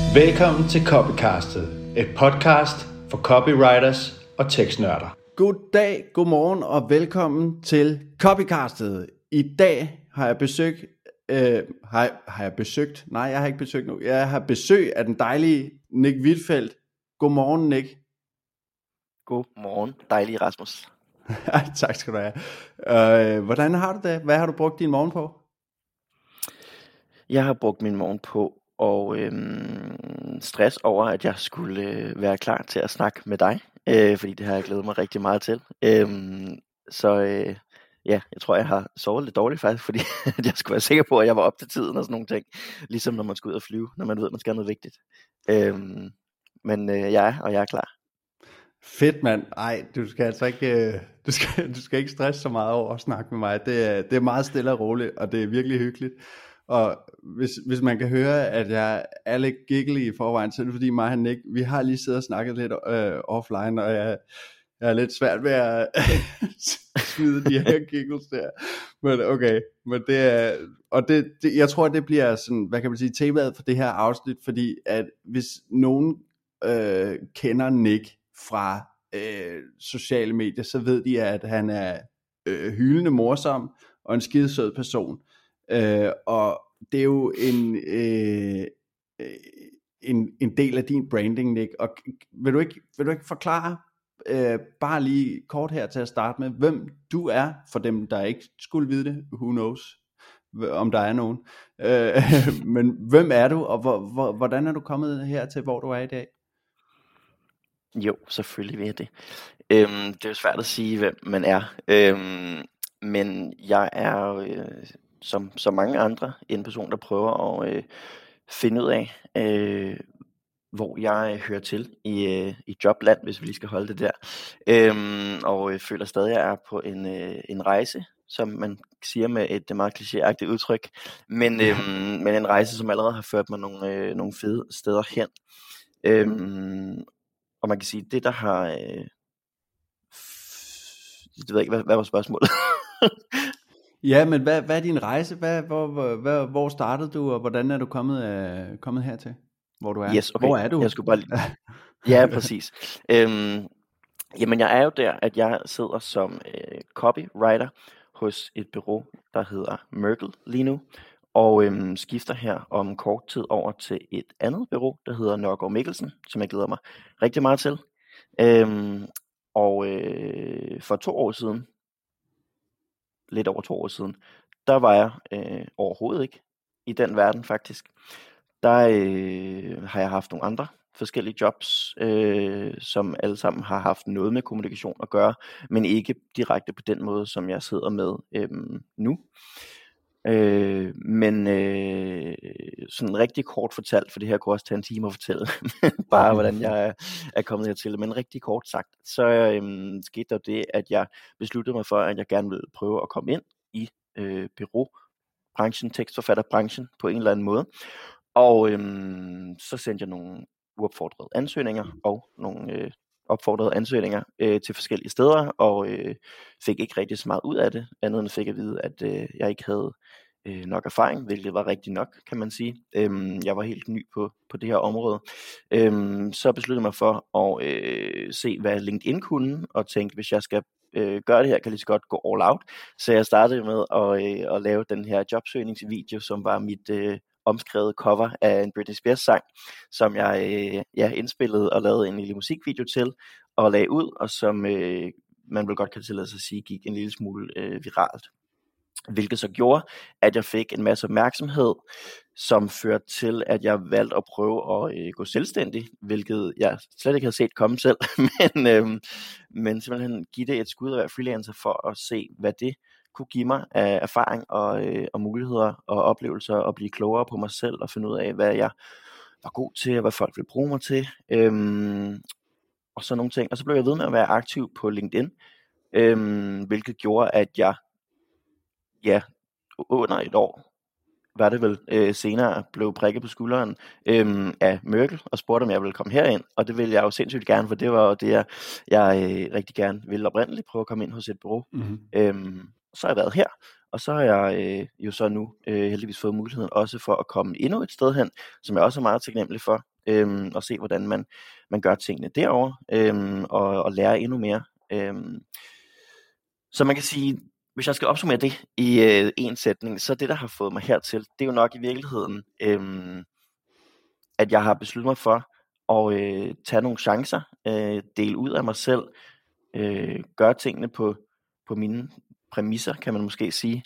Velkommen til Copycastet, et podcast for copywriters og tekstnørder. God dag, god morgen og velkommen til Copycastet. I dag har jeg besøg. Har jeg besøgt? Nej, jeg har ikke besøgt nu. Jeg har besøg af den dejlige Nick Hvitfeldt. God morgen, Nick. God morgen, dejlige Rasmus. Tak skal du have. Hvordan har du det? Hvad har du brugt din morgen på? Jeg har brugt min morgen på og stress over, at jeg skulle være klar til at snakke med dig, fordi det har jeg glædet mig rigtig meget til. Ja, jeg tror, jeg har sovet lidt dårligt faktisk, fordi at jeg skulle være sikker på, at jeg var op til tiden og sådan nogle ting. Ligesom når man skal ud og flyve, når man ved, at man skal have noget vigtigt. Men jeg er klar. Fedt, mand. Ej, du skal altså ikke, du skal ikke stresse så meget over at snakke med mig. Det er meget stille og roligt, og det er virkelig hyggeligt. Og hvis man kan høre, at jeg er lidt giggly i forvejen, så er det fordi mig og Nick, vi har lige siddet og snakket lidt offline, og jeg er lidt svært ved at smide de her giggles der. Men okay, men det er, og det, jeg tror, det bliver sådan, hvad kan man sige, temaet for det her afsnit, fordi at hvis nogen kender Nick fra sociale medier, så ved de, at han er hyldende morsom og en skidesød person. Og det er jo en del af din branding, Nick. Og vil du ikke forklare bare lige kort her til at starte med, hvem du er, for dem der ikke skulle vide det, who knows, om der er nogen. Men hvem er du, og hvordan er du kommet her til, hvor du er i dag? Jo, selvfølgelig vil jeg det. Det er jo svært at sige, hvem man er. Men jeg er som så mange andre en person, der prøver at finde ud af, hvor jeg hører til i jobland, hvis vi lige skal holde det der. Og føler stadig, at jeg er på en rejse, som man siger med et meget klichéagtigt udtryk. Men en rejse, som allerede har ført mig nogle fede steder hen. Og man kan sige, det der har... Jeg ved ikke, hvad var spørgsmålet? Ja, men hvad er din rejse? Hvor startede du, og hvordan er du kommet hertil, hvor du er? Yes, okay. Hvor er du? Jeg skulle bare lige... Ja, præcis. Jamen, jeg er jo der, at jeg sidder som copywriter hos et bureau, der hedder Merkle lige nu, og skifter her om kort tid over til et andet bureau, der hedder Nørgaard Mikkelsen, som jeg glæder mig rigtig meget til. For 2 år siden, lidt over 2 år siden, der var jeg overhovedet ikke i den verden faktisk. Der har jeg haft nogle andre forskellige jobs, som alle sammen har haft noget med kommunikation at gøre, men ikke direkte på den måde, som jeg sidder med nu. Men sådan rigtig kort fortalt, for det her kunne også tage en time at fortælle, bare hvordan jeg er kommet hertil, men rigtig kort sagt, så skete der det, at jeg besluttede mig for, at jeg gerne ville prøve at komme ind i bureaubranchen, tekstforfatterbranchen på en eller anden måde, og så sendte jeg nogle uopfordrede ansøgninger og nogle opfordrede ansøgninger til forskellige steder, og fik ikke rigtig så meget ud af det, andet end fik at vide, at jeg ikke havde nok erfaring, hvilket var rigtig nok, kan man sige. Jeg var helt ny på det her område. Så besluttede jeg mig for at se, hvad LinkedIn kunne, og tænkte, hvis jeg skal gøre det her, kan jeg lige så godt gå all out. Så jeg startede med at lave den her jobsøgningsvideo, som var mit omskrevet cover af en Britney Spears sang, som jeg indspillede og lavede en lille musikvideo til, og lagde ud, og som man vil godt kan tillade sig at sige, gik en lille smule viralt. Hvilket så gjorde, at jeg fik en masse opmærksomhed, som førte til, at jeg valgte at prøve at gå selvstændig, hvilket jeg slet ikke havde set komme selv, men simpelthen give det et skud at være freelancer for at se, hvad det kunne give mig af erfaring og muligheder og oplevelser, og blive klogere på mig selv og finde ud af, hvad jeg var god til, og hvad folk ville bruge mig til, og sådan nogle ting. Og så blev jeg ved med at være aktiv på LinkedIn, hvilket gjorde, at jeg under et år, var det vel senere, blev prikket på skulderen af Merkle og spurgte, om jeg ville komme herind, og det ville jeg jo sindssygt gerne, for det var jo det, jeg rigtig gerne ville oprindeligt prøve at komme ind hos et bureau. Så har jeg været her, og så har jeg jo så nu heldigvis fået muligheden også for at komme endnu et sted hen, som jeg også er meget taknemmelig for, og se, hvordan man gør tingene derovre, og lære endnu mere. Så man kan sige, hvis jeg skal opsummere det i en sætning, så det, der har fået mig hertil, det er jo nok i virkeligheden, at jeg har besluttet mig for at tage nogle chancer, dele ud af mig selv, gøre tingene på mine præmisser, kan man måske sige.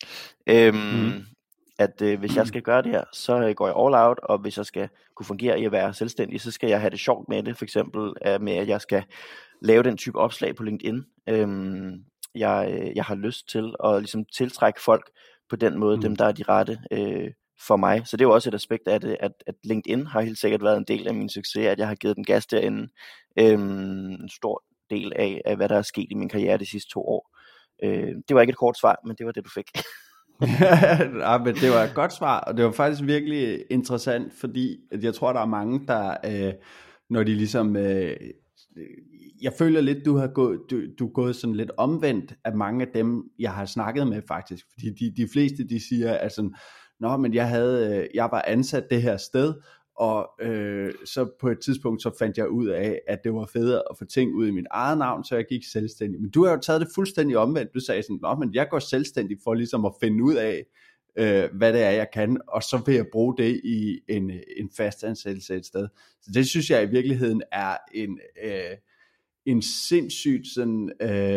At hvis jeg skal gøre det her, så går jeg all out, og hvis jeg skal kunne fungere i at være selvstændig, så skal jeg have det sjovt med det, for eksempel med, at jeg skal lave den type opslag på LinkedIn. Jeg har lyst til at ligesom tiltrække folk på den måde, dem der er de rette for mig. Så det er jo også et aspekt af det, at LinkedIn har helt sikkert været en del af min succes, at jeg har givet den gas derinde. En stor del af, hvad der er sket i min karriere de sidste 2 år. Det var ikke et kort svar, men det var det, du fik. Ja, men det var et godt svar, og det var faktisk virkelig interessant, fordi jeg tror, der er mange, der, når de ligesom... jeg føler lidt, du er gået sådan lidt omvendt af mange af dem, jeg har snakket med faktisk, fordi de fleste, de siger, at sådan, nå, men jeg var ansat det her sted, og så på et tidspunkt, så fandt jeg ud af, at det var federe at få ting ud i mit eget navn, så jeg gik selvstændig. Men du har jo taget det fuldstændig omvendt. Du sagde sådan, nå, men jeg går selvstændig for ligesom at finde ud af, hvad det er, jeg kan, og så vil jeg bruge det i en fast ansættelse et sted. Så det synes jeg i virkeligheden er en sindssygt sådan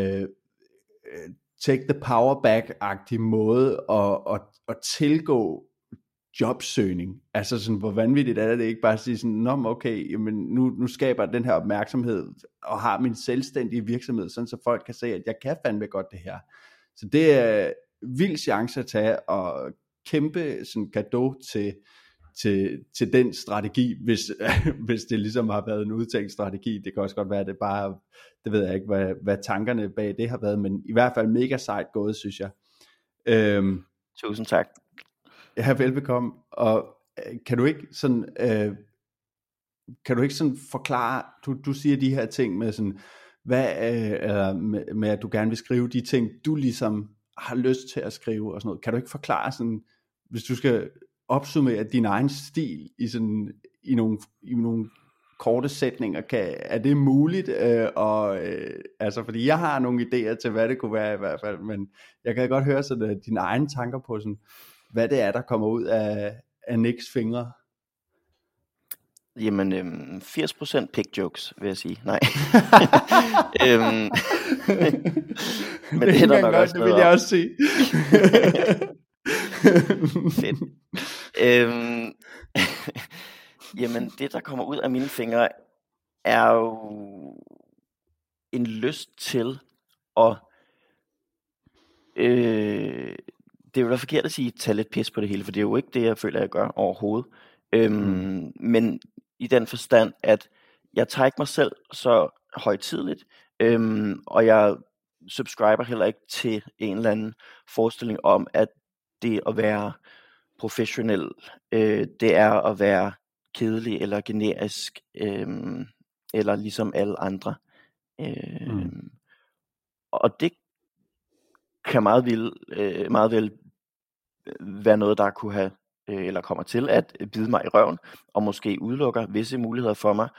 take the power back-agtig måde at tilgå jobsøgning. Altså sådan, hvor vanvittigt er det ikke bare at sige sådan, nå, okay, jamen nu skaber jeg den her opmærksomhed, og har min selvstændige virksomhed, sådan så folk kan se, at jeg kan fandme godt det her. Så det er vild chance at tage, og kæmpe sådan cadeau til den strategi, hvis det ligesom har været en udtænkt strategi. Det kan også godt være, at det bare, det ved jeg ikke, hvad tankerne bag det har været, men i hvert fald mega sejt gået, synes jeg. Tusind tak. Ja, velbekomme. Og kan du ikke sådan forklare, du siger de her ting med sådan, med at du gerne vil skrive de ting, du ligesom har lyst til at skrive og sådan noget. Kan du ikke forklare sådan, hvis du skal opsummere din egen stil i nogle korte sætninger, er det muligt? Altså, fordi jeg har nogle idéer til, hvad det kunne være i hvert fald, men jeg kan godt høre sådan, dine egne tanker på sådan, hvad det er, der kommer ud af Nicks fingre. Jamen, 80% pig jokes, vil jeg sige. Nej. Men det er der nok godt, også det vil jeg også sige. Fedt. Jamen, det, der kommer ud af mine fingre, er jo en lyst til at... det er jo da forkert at sige, tage lidt pis på det hele, for det er jo ikke det, jeg føler, jeg gør overhovedet. Men i den forstand, at jeg tager ikke mig selv så højtideligt, og jeg subscriber heller ikke til en eller anden forestilling om, at det at være professionel, det er at være kedelig eller generisk, eller ligesom alle andre. Og det kan meget vel være noget, der kunne have, eller kommer til at bide mig i røven, og måske udelukker visse muligheder for mig.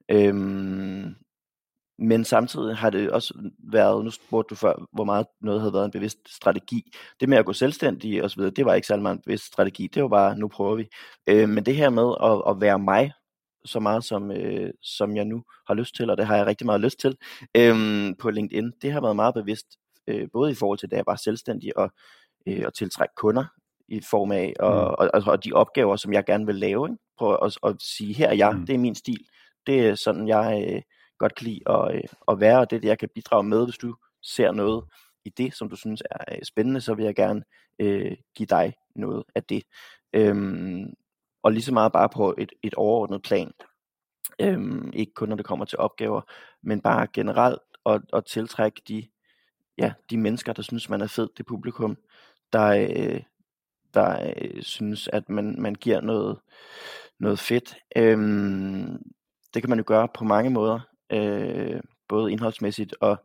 Men samtidig har det også været, nu spurgte du før, hvor meget noget havde været en bevidst strategi. Det med at gå selvstændig og så videre, det var ikke særlig meget en bevidst strategi, det var bare, nu prøver vi. Men det her med at være mig, så meget som jeg nu har lyst til, og det har jeg rigtig meget lyst til, på LinkedIn, det har været meget bevidst, både i forhold til, da jeg var selvstændig, og tiltrække kunder, i form af, og de opgaver, som jeg gerne vil lave, ikke? Prøv at sige, her er jeg, det er min stil, det er sådan, jeg godt kan lide at være, og det er det, jeg kan bidrage med. Hvis du ser noget i det, som du synes er spændende, så vil jeg gerne give dig noget af det. Og lige så meget bare på et overordnet plan. Ikke kun når det kommer til opgaver, men bare generelt at tiltrække de mennesker, der synes, man er fed, det publikum, der synes, at man giver noget fedt. Det kan man jo gøre på mange måder, både indholdsmæssigt og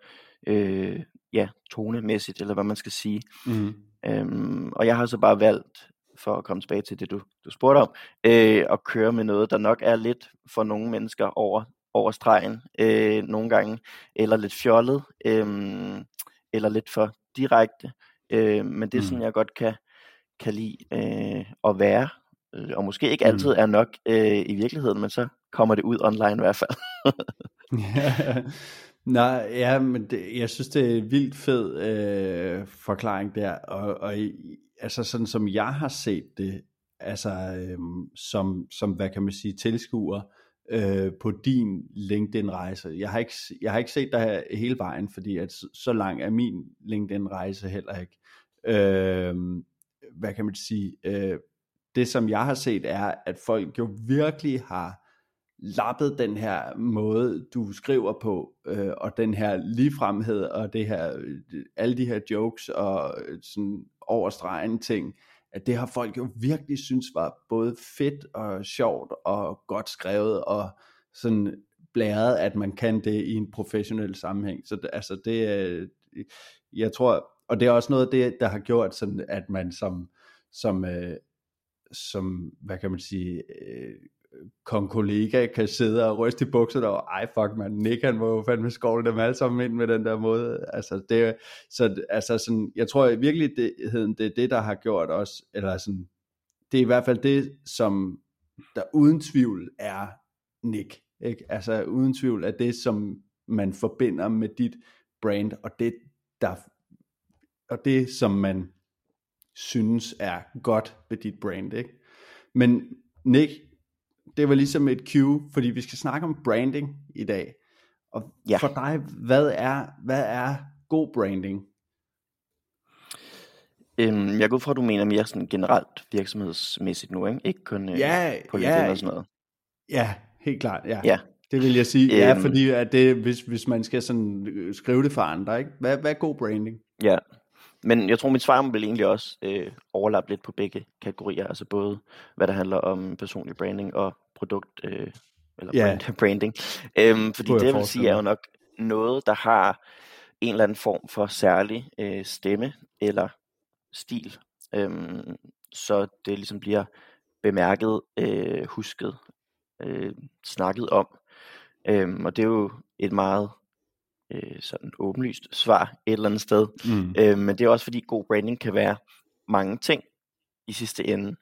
tonemæssigt, eller hvad man skal sige. Og jeg har så bare valgt for at komme tilbage til det, du spurgte om, at køre med noget, der nok er lidt for nogle mennesker over stregen nogle gange, eller lidt fjollet, eller lidt for direkte. Men det er sådan, jeg godt kan lide at være, og måske ikke altid er nok i virkeligheden, men så kommer det ud online i hvert fald. Nej, ja, men jeg synes, det er en vildt fed forklaring der, og altså sådan som jeg har set det, altså som hvad kan man sige, tilskuer på din LinkedIn-rejse. Jeg har ikke set dig hele vejen, fordi at så lang er min LinkedIn-rejse heller ikke. Hvad kan man sige? Det som jeg har set er, at folk jo virkelig har lappet den her måde, du skriver på, og den her ligefremhed, og det her, alle de her jokes, og sådan overstregen ting, at det har folk jo virkelig synes var både fedt og sjovt, og godt skrevet, og sådan blæret, at man kan det i en professionel sammenhæng. Så altså det, jeg tror, og det er også noget af det, der har gjort sådan, at man som hvad kan man sige, kollega kan sidde og ryste i bukserne og ej fuck man, Nick han må jo fandme skovle dem alle sammen ind med den der måde. Altså det, så altså sådan, jeg tror i virkeligheden det er det, der har gjort os, eller sådan, det er i hvert fald det, som der uden tvivl er Nick, ikke? Altså uden tvivl er det, som man forbinder med dit brand, og det som man synes er godt ved dit brand, ikke? Men Nick, det var ligesom et cue, fordi vi skal snakke om branding i dag. Og for dig, hvad er god branding? Jeg går fra, at du mener mere sådan generelt virksomhedsmæssigt nu, ikke kun på LinkedIn og sådan noget. Ja, helt klart, ja. Det vil jeg sige, fordi at det, hvis man skal sådan skrive det for andre, ikke? Hvad er god branding? Ja, men jeg tror mit svar vil egentlig også overlappe lidt på begge kategorier, altså både hvad der handler om personlig branding og produkt eller branding. Fordi det vil sige er jo nok noget, der har en eller anden form for særlig stemme eller stil, så det ligesom bliver bemærket, husket, snakket om, og det er jo et meget sådan åbenlyst svar et eller andet sted, men det er også fordi god branding kan være mange ting i sidste ende.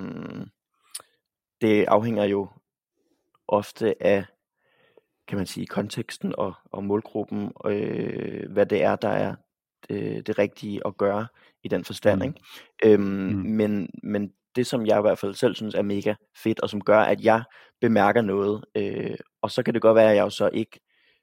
Det afhænger jo ofte af, kan man sige, konteksten og målgruppen, hvad det er, der er det rigtige at gøre i den forstand, ikke? Men det, som jeg i hvert fald selv synes er mega fedt, og som gør, at jeg bemærker noget, og så kan det godt være, at jeg jo så ikke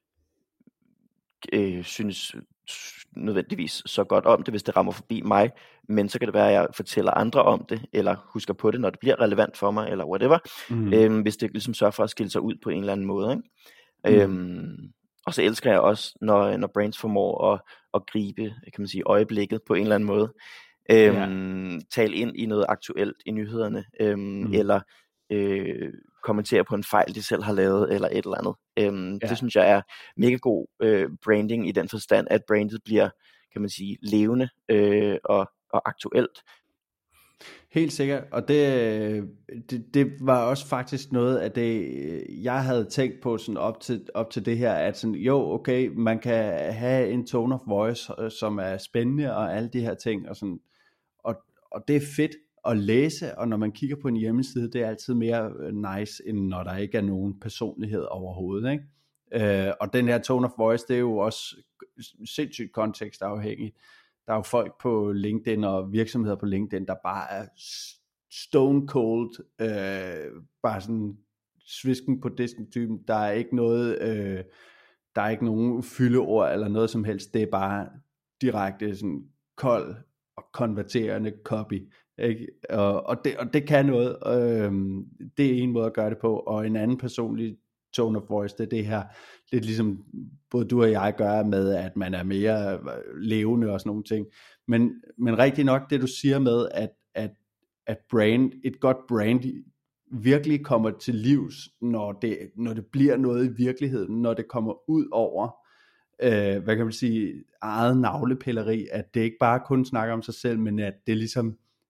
synes nødvendigvis så godt om det, hvis det rammer forbi mig, men så kan det være, at jeg fortæller andre om det, eller husker på det, når det bliver relevant for mig, eller whatever, hvis det ligesom sørger for at skille sig ud på en eller anden måde, ikke? Og så elsker jeg også, når brands formår at gribe, kan man sige, øjeblikket på en eller anden måde, tale ind i noget aktuelt i nyhederne, eller kommentere på en fejl, de selv har lavet, eller et eller andet. Det synes jeg er mega god branding i den forstand, at brandet bliver, kan man sige, levende og aktuelt. Helt sikkert, og det var også faktisk noget af det, jeg havde tænkt på sådan op til det her, at sådan, jo, okay, man kan have en tone of voice, som er spændende, og alle de her ting, og sådan, og det er fedt at læse, og når man kigger på en hjemmeside, det er altid mere nice, end når der ikke er nogen personlighed overhovedet, ikke? Og den her tone of voice, det er jo også sindssygt kontekstafhængigt. Der er jo folk på LinkedIn og virksomheder på LinkedIn, der bare er stone cold, bare sådan svisken på disken typen. Der er ikke noget, der er ikke nogen fyldeord eller noget som helst. Det er bare direkte sådan kold og konverterende copy, ikke? Og det kan noget. Det er en måde at gøre det på, og en anden personlig tone of voice, det her lidt ligesom både du og jeg gør med, at man er mere levende og sådan nogle ting, men rigtig nok det du siger med, at et godt brand virkelig kommer til livs, når det bliver noget i virkeligheden, når det kommer ud over hvad kan man sige, eget navlepilleri, at det ikke bare kun snakker om sig selv, men at det ligesom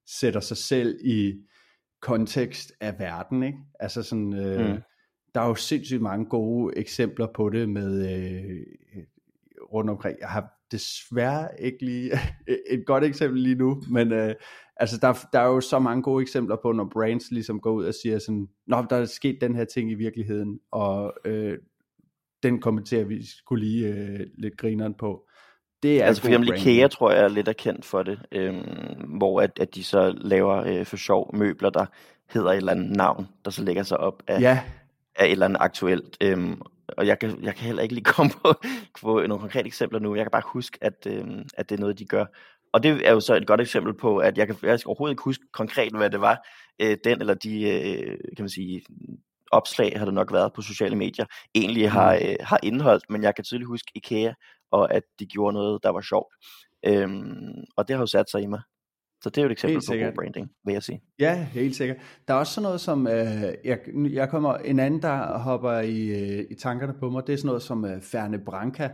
sætter sig selv i kontekst af verden, ikke? Altså sådan, der er jo sindssygt mange gode eksempler på det med rundt omkring. Jeg har desværre ikke lige et godt eksempel lige nu, men altså der er jo så mange gode eksempler på, når brands ligesom går ud og siger sådan, nå, der er sket den her ting i virkeligheden, og den kommenterer vi skulle lige lidt grineren på. Det er altså for eksempel IKEA, tror jeg, er lidt kendt for det, hvor at de så laver for sjov møbler, der hedder et eller andet navn, der så lægger sig op af, af et eller andet aktuelt. Og jeg kan heller ikke lige komme på nogle konkrete eksempler nu. Jeg kan bare huske, at det er noget, de gør. Og det er jo så et godt eksempel på, at jeg skal overhovedet ikke huske konkret, hvad det var, den eller de, kan man sige, opslag har det nok været på sociale medier, egentlig har indeholdt, men jeg kan tydeligt huske IKEA, og at de gjorde noget, der var sjovt. Og det har jo sat sig i mig. Så det er jo et eksempel på god branding, vil jeg sige. Ja, helt sikkert. Der er også sådan noget som, jeg kommer, en anden, der hopper i tankerne på mig, det er sådan noget som Fernet Branca.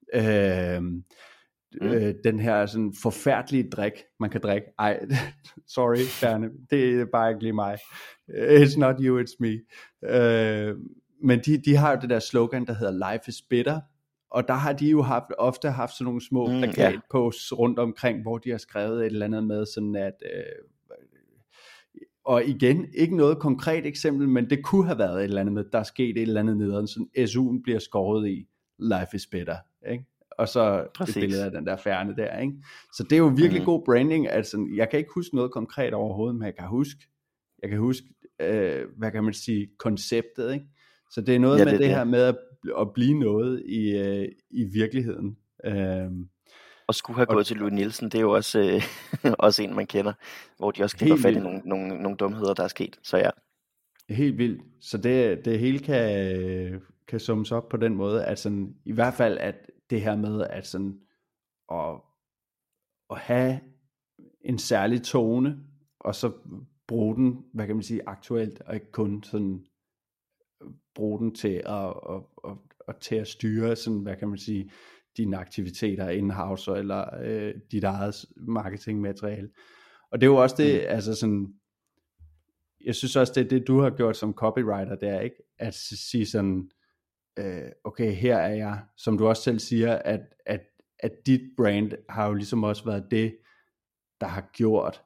Den her sådan forfærdelige drik, man kan drikke. Ej, sorry Fernet, det er bare ikke lige mig. It's not you, it's me. Men de har jo det der slogan, der hedder Life is bitter. Og der har de jo ofte haft sådan nogle små plakatposts rundt omkring, hvor de har skrevet et eller andet med sådan at, og igen, ikke noget konkret eksempel, men det kunne have været et eller andet med, der er sket et eller andet nederen, sådan SU'en bliver skåret i, life is better, ikke? Og så et billede af den der færne der, ikke? Så det er jo virkelig god branding, altså jeg kan ikke huske noget konkret overhovedet, men jeg kan huske, hvad kan man sige, konceptet, ikke? Så det er noget med det her med at blive noget i virkeligheden. Og skulle have gået til Louis Nielsen, det er jo også, også en, man kender, hvor de også griber fat i nogle dumheder, der er sket. Så ja. Helt vildt. Så det hele kan summes op på den måde, at sådan, i hvert fald at det her med at sådan at have en særlig tone, og så bruge den, hvad kan man sige, aktuelt, og ikke kun sådan bruge den til at styre sådan, hvad kan man sige, dine aktiviteter in-house eller dit eget marketingmateriale. Og det er jo også det, altså sådan, jeg synes også det er det du har gjort som copywriter, det er ikke at sige sådan, okay, her er jeg, som du også selv siger, at dit brand har jo ligesom også været det, der har gjort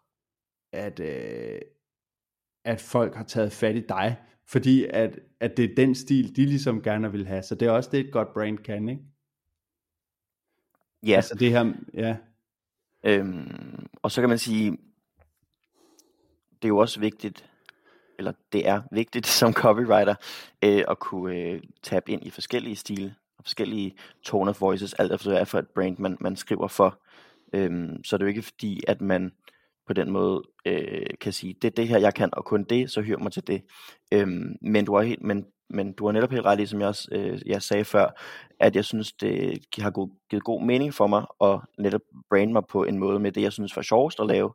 at folk har taget fat i dig, fordi at det er den stil, de ligesom gerne vil have. Så det er også det, et godt brand kan, ikke? Ja. Altså det her, ja. Og så kan man sige, det er jo også vigtigt, eller det er vigtigt som copywriter, at kunne tabe ind i forskellige stile, og forskellige tone of voices, alt efter hvad for et brand, man skriver for. Så det er jo ikke fordi, at man på den måde kan sige, det er det her, jeg kan, og kun det, så hyr mig til det. Men du har netop helt ret i, som jeg også jeg sagde før, at jeg synes, det har givet god mening for mig, at netop brande mig på en måde med det, jeg synes var sjovest at lave.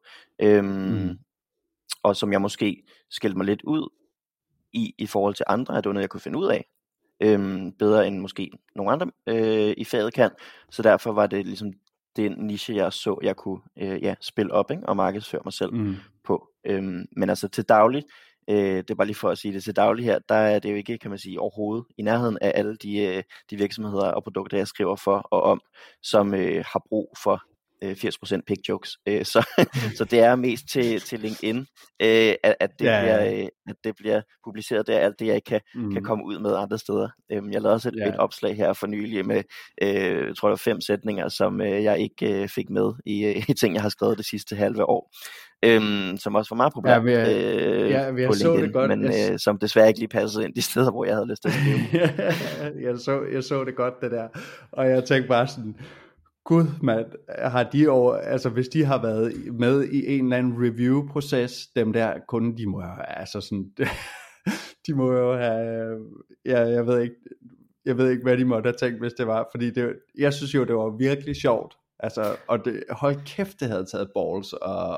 Og som jeg måske skilte mig lidt ud i forhold til andre, at det var noget, jeg kunne finde ud af. Bedre end måske nogle andre i faget kan. Så derfor var det ligesom den niche, jeg så, jeg kunne spille op, ikke? Og markedsføre mig selv på. Men altså til daglig, det er bare lige for at sige det, til daglig her, der er det jo ikke, kan man sige, overhovedet i nærheden af alle de virksomheder og produkter, jeg skriver for og om, som har brug for 80% pick jokes. Så det er mest til LinkedIn, at det bliver publiceret der, alt det jeg ikke kan komme ud med andre steder. Jeg lavede også et opslag her for nylig med, jeg tror det var 5 sætninger, som jeg ikke fik med i ting, jeg har skrevet det sidste halve år. Som også var meget populært på LinkedIn, det godt. Men som desværre ikke lige passede ind de steder, hvor jeg havde lyst til at skrive. jeg så det godt, det der. Og jeg tænkte bare sådan, gud mand, har de altså hvis de har været med i en eller anden review-proces, dem der kunder, de må jo altså sådan, de må jo have, jeg ved ikke, hvad de måtte have tænkt, hvis det var, fordi jeg synes jo, det var virkelig sjovt, altså, og hold kæft, det havde taget balls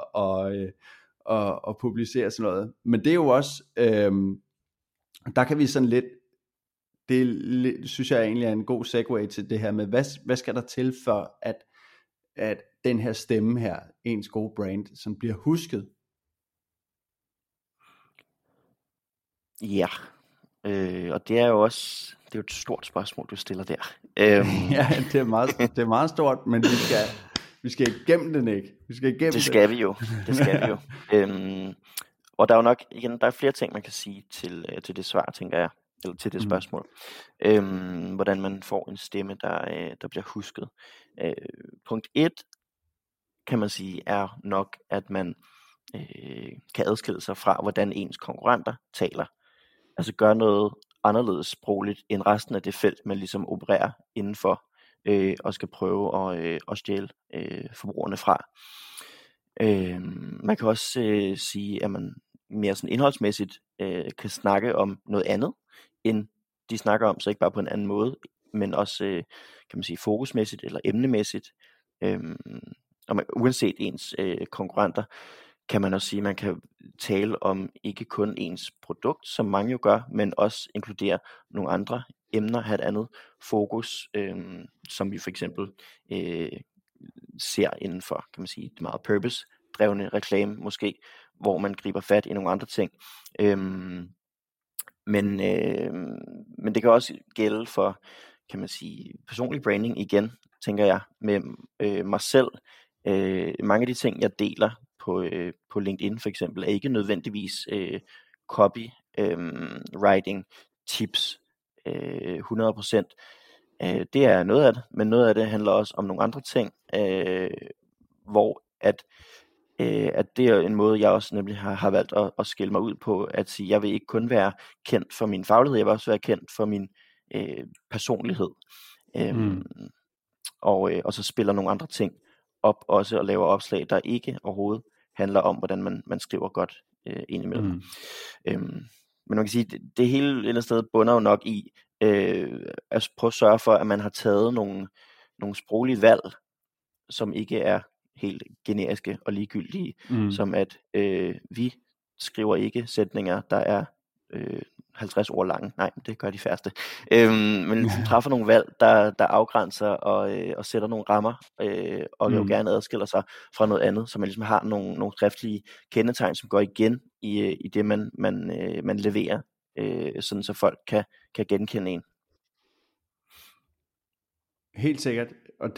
og publicere sådan noget, men det er jo også, der kan vi sådan lidt, det synes jeg egentlig er en god segue til det her med, hvad skal der til for, at den her stemme her, ens gode brand, som bliver husket Ja, og det er jo også, det er jo et stort spørgsmål, du stiller der. Ja, det er meget stort, men vi skal igennem den, ikke? Vi skal igennem det skal vi jo. Og der er jo nok, igen, der er flere ting, man kan sige til det svar, tænker jeg, eller til det spørgsmål. Hvordan man får en stemme, der bliver husket. Punkt 1, kan man sige, er nok, at man kan adskille sig fra, hvordan ens konkurrenter taler. Altså gøre noget anderledes sprogligt end resten af det felt, man ligesom opererer indenfor, og skal prøve at stjæle forbrugerne fra. Man kan også sige, at man mere sådan indholdsmæssigt kan snakke om noget andet, end de snakker om, så ikke bare på en anden måde, men også kan man sige fokusmæssigt eller emnemæssigt. Og uanset ens konkurrenter, kan man også sige, at man kan tale om ikke kun ens produkt, som mange jo gør, men også inkludere nogle andre emner, have et andet fokus, som vi for eksempel ser inden for, kan man sige, det meget purpose-drevne reklame måske, hvor man griber fat i nogle andre ting. Men det kan også gælde for, kan man sige, personlig branding igen, tænker jeg, med mig selv. Mange af de ting, jeg deler på LinkedIn for eksempel, er ikke nødvendigvis copywriting tips 100%. Det er noget af det, men noget af det handler også om nogle andre ting, hvor at det er en måde, jeg også nemlig har valgt at skille mig ud på, at sige, jeg vil ikke kun være kendt for min faglighed, jeg vil også være kendt for min personlighed. Og så spiller nogle andre ting op også og laver opslag, der ikke overhovedet handler om, hvordan man skriver godt indimellem. Men man kan sige, det hele et eller andet sted bunder jo nok i at prøve at sørge for, at man har taget nogle sproglige valg, som ikke er helt generiske og ligegyldige, som at vi skriver ikke sætninger, der er 50 ord lange. Nej, det gør de færreste. Men vi træffer nogle valg, der afgrænser og sætter nogle rammer, og jo gerne adskiller sig fra noget andet, så man ligesom har nogle skriftlige kendetegn, som går igen i det, man leverer, sådan så folk kan genkende en. Helt sikkert, og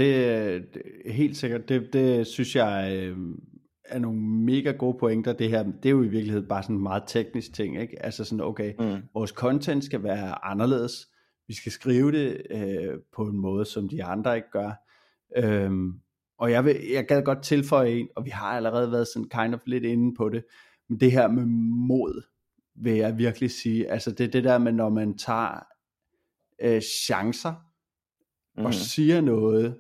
det synes jeg er nogle mega gode pointer. Det her, det er jo i virkeligheden bare sådan en meget teknisk ting, ikke? Altså sådan, okay, vores content skal være anderledes. Vi skal skrive det på en måde, som de andre ikke gør. Og jeg gad godt tilføje en, og vi har allerede været sådan kind of lidt inde på det, men det her med mod, vil jeg virkelig sige. Altså det er det der med, når man tager chancer, og siger noget,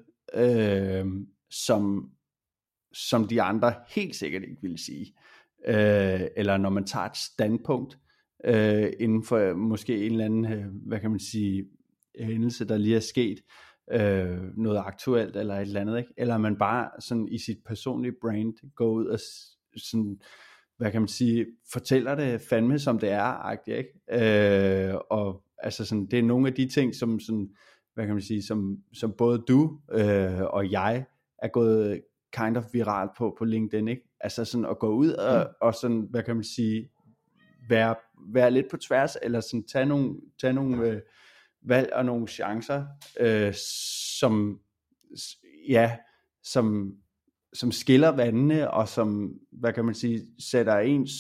som de andre helt sikkert ikke ville sige. Eller når man tager et standpunkt inden for måske en eller anden, hvad kan man sige, hændelse, der lige er sket, noget aktuelt eller et eller andet, ikke? Eller man bare sådan i sit personlige brand går ud og sådan, hvad kan man sige, fortæller det fandme som det er, ikke? Og altså sådan, det er nogle af de ting, som sådan, hvad kan man sige, som både du og jeg er gået kind of viralt på LinkedIn, ikke? Altså sådan at gå ud og sådan, hvad kan man sige, være lidt på tværs, eller sådan tage nogle valg og nogle chancer, som skiller vandene, og som, hvad kan man sige, sætter ens,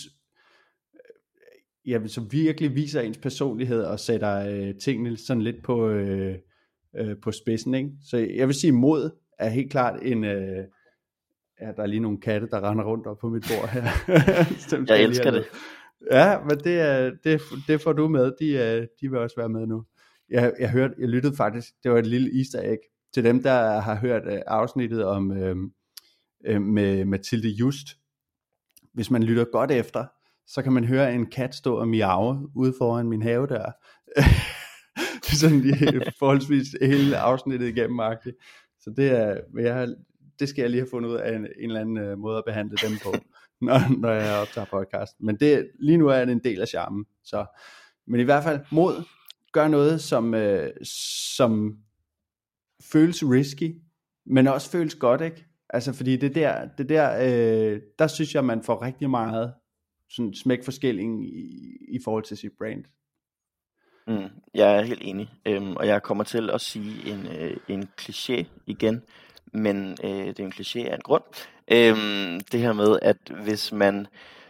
som virkelig viser ens personlighed, og sætter tingene sådan lidt på spidsen, ikke? Så jeg vil sige, mod er helt klart en der er lige nogle katte, der render rundt op på mit bord her. Jeg elsker det. Ja, men det får du med. De vil også være med nu. Jeg lyttede faktisk, det var et lille easter egg til dem, der har hørt afsnittet om med Mathilde Just. Hvis man lytter godt efter, så kan man høre en kat stå og miaue ude foran min have der. Det er sådan lige forholdsvis hele afsnittet igennem-agtigt. Så det skal jeg lige have fundet ud af en eller anden måde at behandle dem på, når jeg optager podcast. Men lige nu er det en del af charmen. Så, men i hvert fald mod, gør noget, som føles risky, men også føles godt, ikke? Altså fordi der synes jeg, man får rigtig meget sådan smækforskelling i forhold til sit brand. Jeg er helt enig, og jeg kommer til at sige en kliché igen, men det er en kliché af en grund. Det her med, at hvis man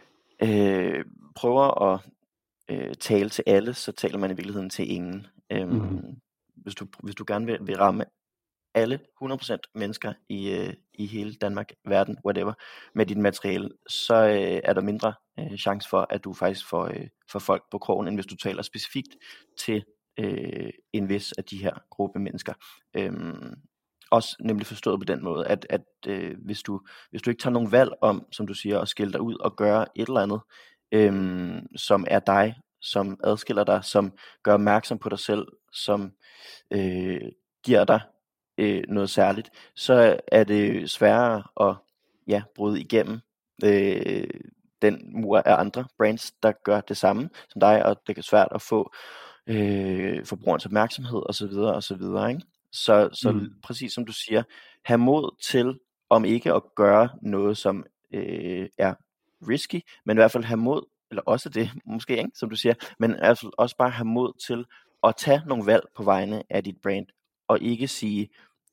prøver at tale til alle, så taler man i virkeligheden til ingen. Hvis du gerne vil ramme alle 100% mennesker i hele Danmark, verden, whatever, med dit materiale, så er der mindre chance for, at du faktisk får folk på krogen, end hvis du taler specifikt til en vis af de her gruppe mennesker. Også nemlig forstået på den måde, at hvis du ikke tager nogen valg om, som du siger, at skille dig ud og gøre et eller andet, som er dig, som adskiller dig, som gør opmærksom på dig selv, som giver dig noget særligt, så er det sværere at bryde igennem den mur af andre brands, der gør det samme som dig, og det er svært at få forbrugerens opmærksomhed osv. Ikke? Så præcis som du siger, have mod til, om ikke at gøre noget, som er risky, men i hvert fald have mod, eller også det måske, ikke, som du siger, men i hvert fald også bare have mod til at tage nogle valg på vegne af dit brand, og ikke sige,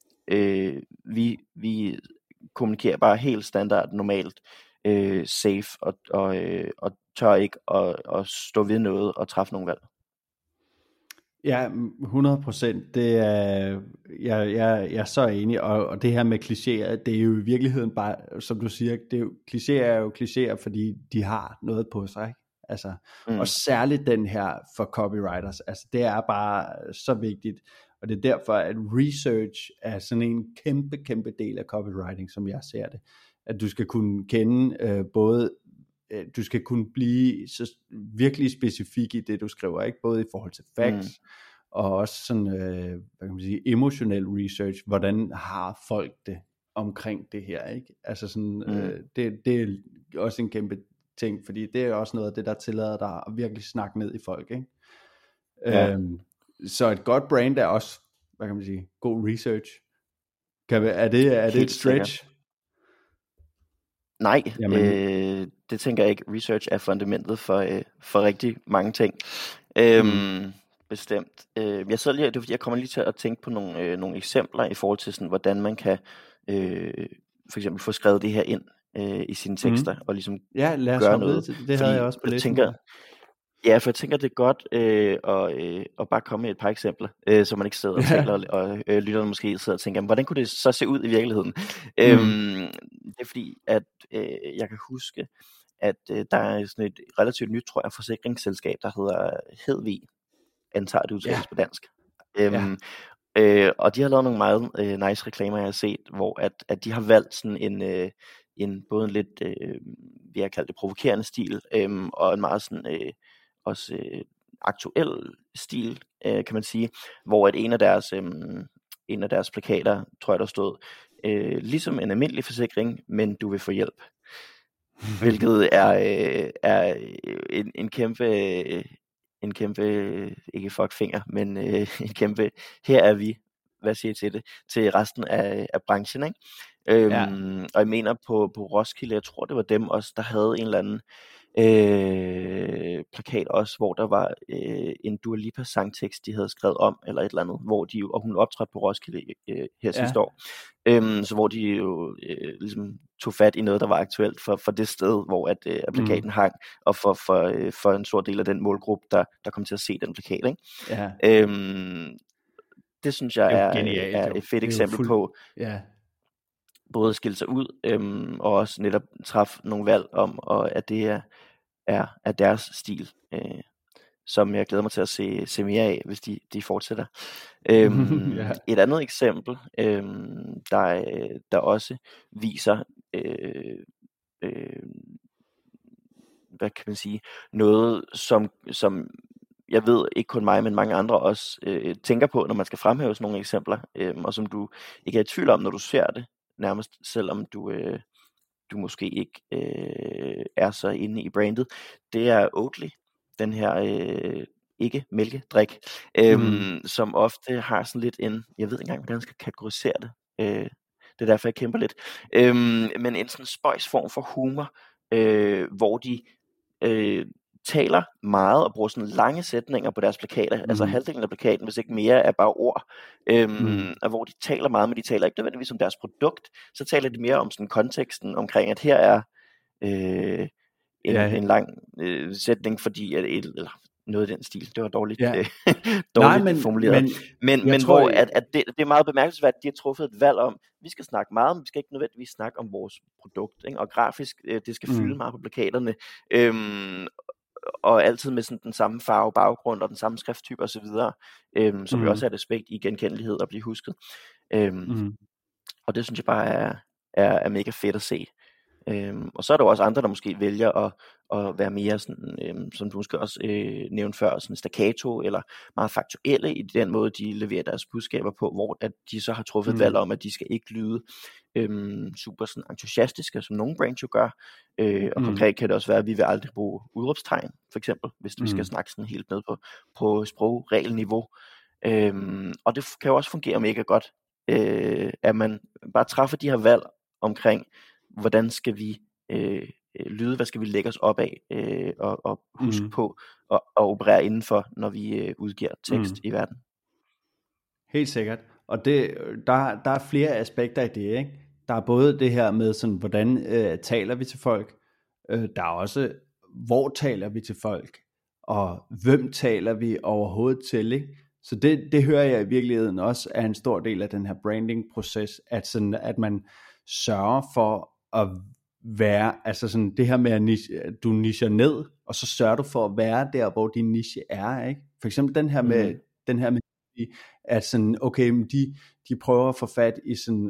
vi kommunikerer bare helt standard, normalt, safe, og tør ikke at stå ved noget og træffe nogle valg. Ja, 100%. Det er, jeg er så enig, og det her med klichéer, det er jo i virkeligheden bare, som du siger, klichéer er jo klichéer, fordi de har noget på sig, ikke? Altså, og særligt den her for copywriters, altså det er bare så vigtigt, og det er derfor, at research er sådan en kæmpe del af copywriting, som jeg ser det, at du skal kunne kende både, du skal kunne blive så virkelig specifik i det, du skriver, ikke? Både i forhold til facts, og også sådan, hvad kan man sige, emotionel research, hvordan har folk det omkring det her, ikke? Altså sådan, det er også en kæmpe ting, fordi det er også noget af det, der tillader dig at virkelig snakke ned i folk, ikke? Ja. Så et godt brand er også, hvad kan man sige, god research. Er det et stretch? Nej, det tænker jeg ikke. Research er fundamentet for rigtig mange ting. Bestemt. Jeg kommer lige til at tænke på nogle eksempler i forhold til sådan, hvordan man kan for eksempel få skrevet det her ind i sine tekster og ligesom gøre noget. Det havde jeg også på listen. Ja, for jeg tænker, det er godt at bare komme med et par eksempler, så man ikke sidder og tænker, og lytterne måske sidder og tænker, hvordan kunne det så se ud i virkeligheden? Det er fordi, at jeg kan huske, at der er sådan et relativt nyt, tror jeg, forsikringsselskab, der hedder Hedvig, antager det udtales på dansk. Og de har lavet nogle meget nice reklamer, jeg har set, hvor at de har valgt sådan både en lidt, vi har kaldt det provokerende stil, og en meget sådan også aktuel stil, kan man sige, hvor at en af deres plakater, tror jeg der stod, ligesom en almindelig forsikring, men du vil få hjælp. Hvilket er en kæmpe, ikke fuckfinger, men en kæmpe, her er vi, hvad siger I til det, til resten af branchen, ikke? Og jeg mener på Roskilde, jeg tror det var dem også, der havde en eller anden plakat også, hvor der var en Dua Lipa sangtekst, de havde skrevet om, eller et eller andet, hvor og hun optrådte på Roskilde her sidste år, så hvor de jo ligesom tog fat i noget, der var aktuelt for det sted, hvor at plakaten hang, og for en stor del af den målgruppe, der kom til at se den plakat, ikke? Det synes jeg er et fedt eksempel på både at skille sig ud, og også netop træffe nogle valg om, og at det er deres stil, som jeg glæder mig til at se mere af, hvis de fortsætter. Et andet eksempel, der også viser, hvad kan man sige, noget som jeg ved ikke kun mig, men mange andre også tænker på, når man skal fremhæve sådan nogle eksempler, og som du ikke er i tvivl om, når du ser det, nærmest selvom du måske ikke er så inde i brandet. Det er Oatly, den her ikke mælkedrik, som ofte har sådan lidt jeg ved ikke engang, hvordan jeg skal kategorisere det. Det er derfor, jeg kæmper lidt. Men en sådan spøjs form for humor, hvor de taler meget og bruger sådan lange sætninger på deres plakater. Altså halvdelen af plakaten, hvis ikke mere, er bare ord. Og hvor de taler meget, men de taler ikke nødvendigvis om deres produkt. Så taler de mere om sådan konteksten omkring, at her er en lang sætning, fordi at eller noget i den stil. Det var dårligt, dårligt formuleret. Men tror, hvor at det er meget bemærkelsesværdigt, at de har truffet et valg om, vi skal snakke meget, men vi skal ikke nødvendigvis snakke om vores produkt. Ikke? Og grafisk, det skal fylde meget på plakaterne. Og altid med sådan den samme farve baggrund og den samme skrifttype osv., som jo også er et aspekt i genkendelighed og blive husket. Og det synes jeg bare er mega fedt at se. Og så er der jo også andre, der måske vælger at være mere sådan, som du måske også nævnte før, sådan staccato eller meget faktuelle i den måde, de leverer deres budskaber på, hvor at de så har truffet et valg om, at de skal ikke lyde super sådan entusiastiske, som nogle brands jo gør. Og konkret kan det også være, at vi vil aldrig bruge udråbstegn, for eksempel, hvis vi skal snakke sådan helt ned på sprogregelniveau. Og det kan jo også fungere mega godt, at man bare træffer de her valg omkring, hvordan skal vi lyde, hvad skal vi lægge os op af, og huske på at operere indenfor, når vi udgiver tekst i verden. Helt sikkert. Og der er flere aspekter i det, ikke? Der er både det her med, sådan, hvordan taler vi til folk, der er også, hvor taler vi til folk, og hvem taler vi overhovedet til, ikke? Så det hører jeg i virkeligheden også er en stor del af den her branding-proces, at man sørger for at være, altså sådan det her med at du nicher ned, og så sørger du for at være der, hvor din niche er, ikke? For eksempel den her med at sådan, okay, de prøver at få fat i sådan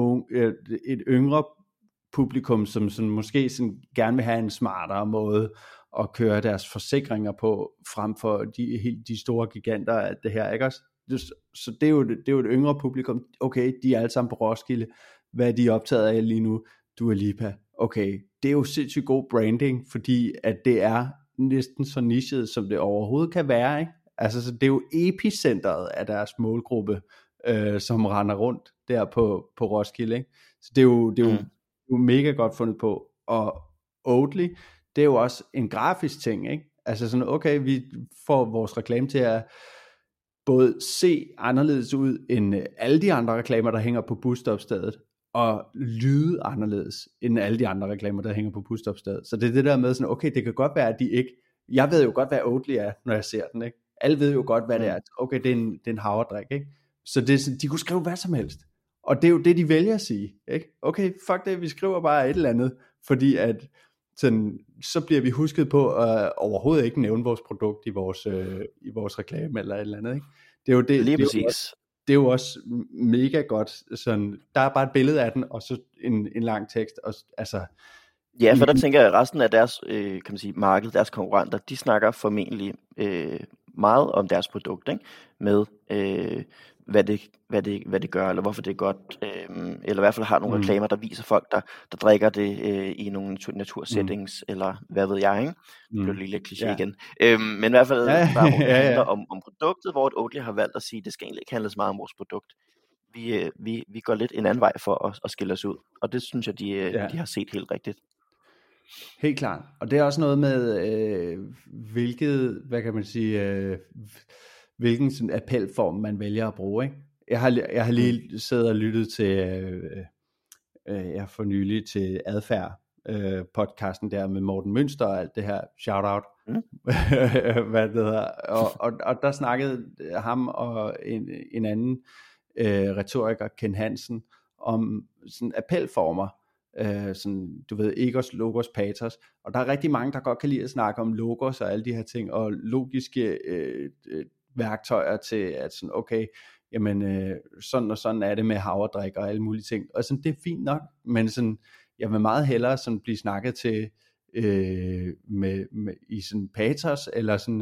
et yngre publikum, som sådan måske sådan gerne vil have en smartere måde at køre deres forsikringer på, frem for de store giganter af det her, ikke også? Så det er jo et yngre publikum. Okay, de er alle sammen på Roskilde. Hvad er de optaget af lige nu? Dua Lipa. Okay, det er jo sindssygt god branding, fordi at det er næsten så nichet, som det overhovedet kan være, ikke? Altså, så det er jo epicentret af deres målgruppe, som render rundt der på Roskilde, ikke? Så det er jo mega godt fundet på. Og Oatly, det er jo også en grafisk ting, ikke? Altså sådan, okay, vi får vores reklame til at både se anderledes ud end alle de andre reklamer, der hænger på busstopstedet, og lyde anderledes end alle de andre reklamer, der hænger på busstopstedet. Så det er det der med sådan, okay, det kan godt være, at de ikke, jeg ved jo godt, hvad Oatly er, når jeg ser den, ikke? Alle ved jo godt, hvad det er. Okay, det er en havredrik, ikke? Så det er sådan, de kunne skrive hvad som helst. Og det er jo det, de vælger at sige, ikke? Okay, fuck det, vi skriver bare et eller andet, fordi at sådan, så bliver vi husket på at overhovedet ikke nævne vores produkt i vores reklame eller et eller andet, ikke? Det er jo det. Lige præcis. Det er jo også mega godt. Sådan, der er bare et billede af den, og så en lang tekst. Og, altså, ja, for der tænker jeg, at resten af deres kan man sige, marked, deres konkurrenter, de snakker formentlig meget om deres produkt, ikke? Med hvad det gør, eller hvorfor det er godt, eller i hvert fald har nogle reklamer, der viser folk, der drikker det i nogle natursettings, eller hvad ved jeg, ikke? Det blev lige lidt kliché igen. Men i hvert fald, der handler om produktet, hvor Oatly har valgt at sige, at det skal egentlig ikke handle så meget om vores produkt. Vi går lidt en anden vej for at skille os ud, og det synes jeg, de har set helt rigtigt. Helt klart. Og det er også noget med, hvad kan man sige, hvilken sådan appelform man vælger at bruge, ikke? Jeg har lige siddet og lyttet til, jeg for nylig til Adfærd, podcasten der med Morten Münster og alt det her, shout out, hvad det hedder, og der snakkede ham og en anden retoriker, Ken Hansen, om sådan appelformer, sådan, du ved, egos, logos, patos, og der er rigtig mange, der godt kan lide at snakke om logos og alle de her ting, og logiske værktøjer til, at sådan, okay, jamen, sådan og sådan er det med havredrik og alle mulige ting, og sådan, det er fint nok, men sådan, jeg vil meget hellere sådan blive snakket til i sådan patos, eller sådan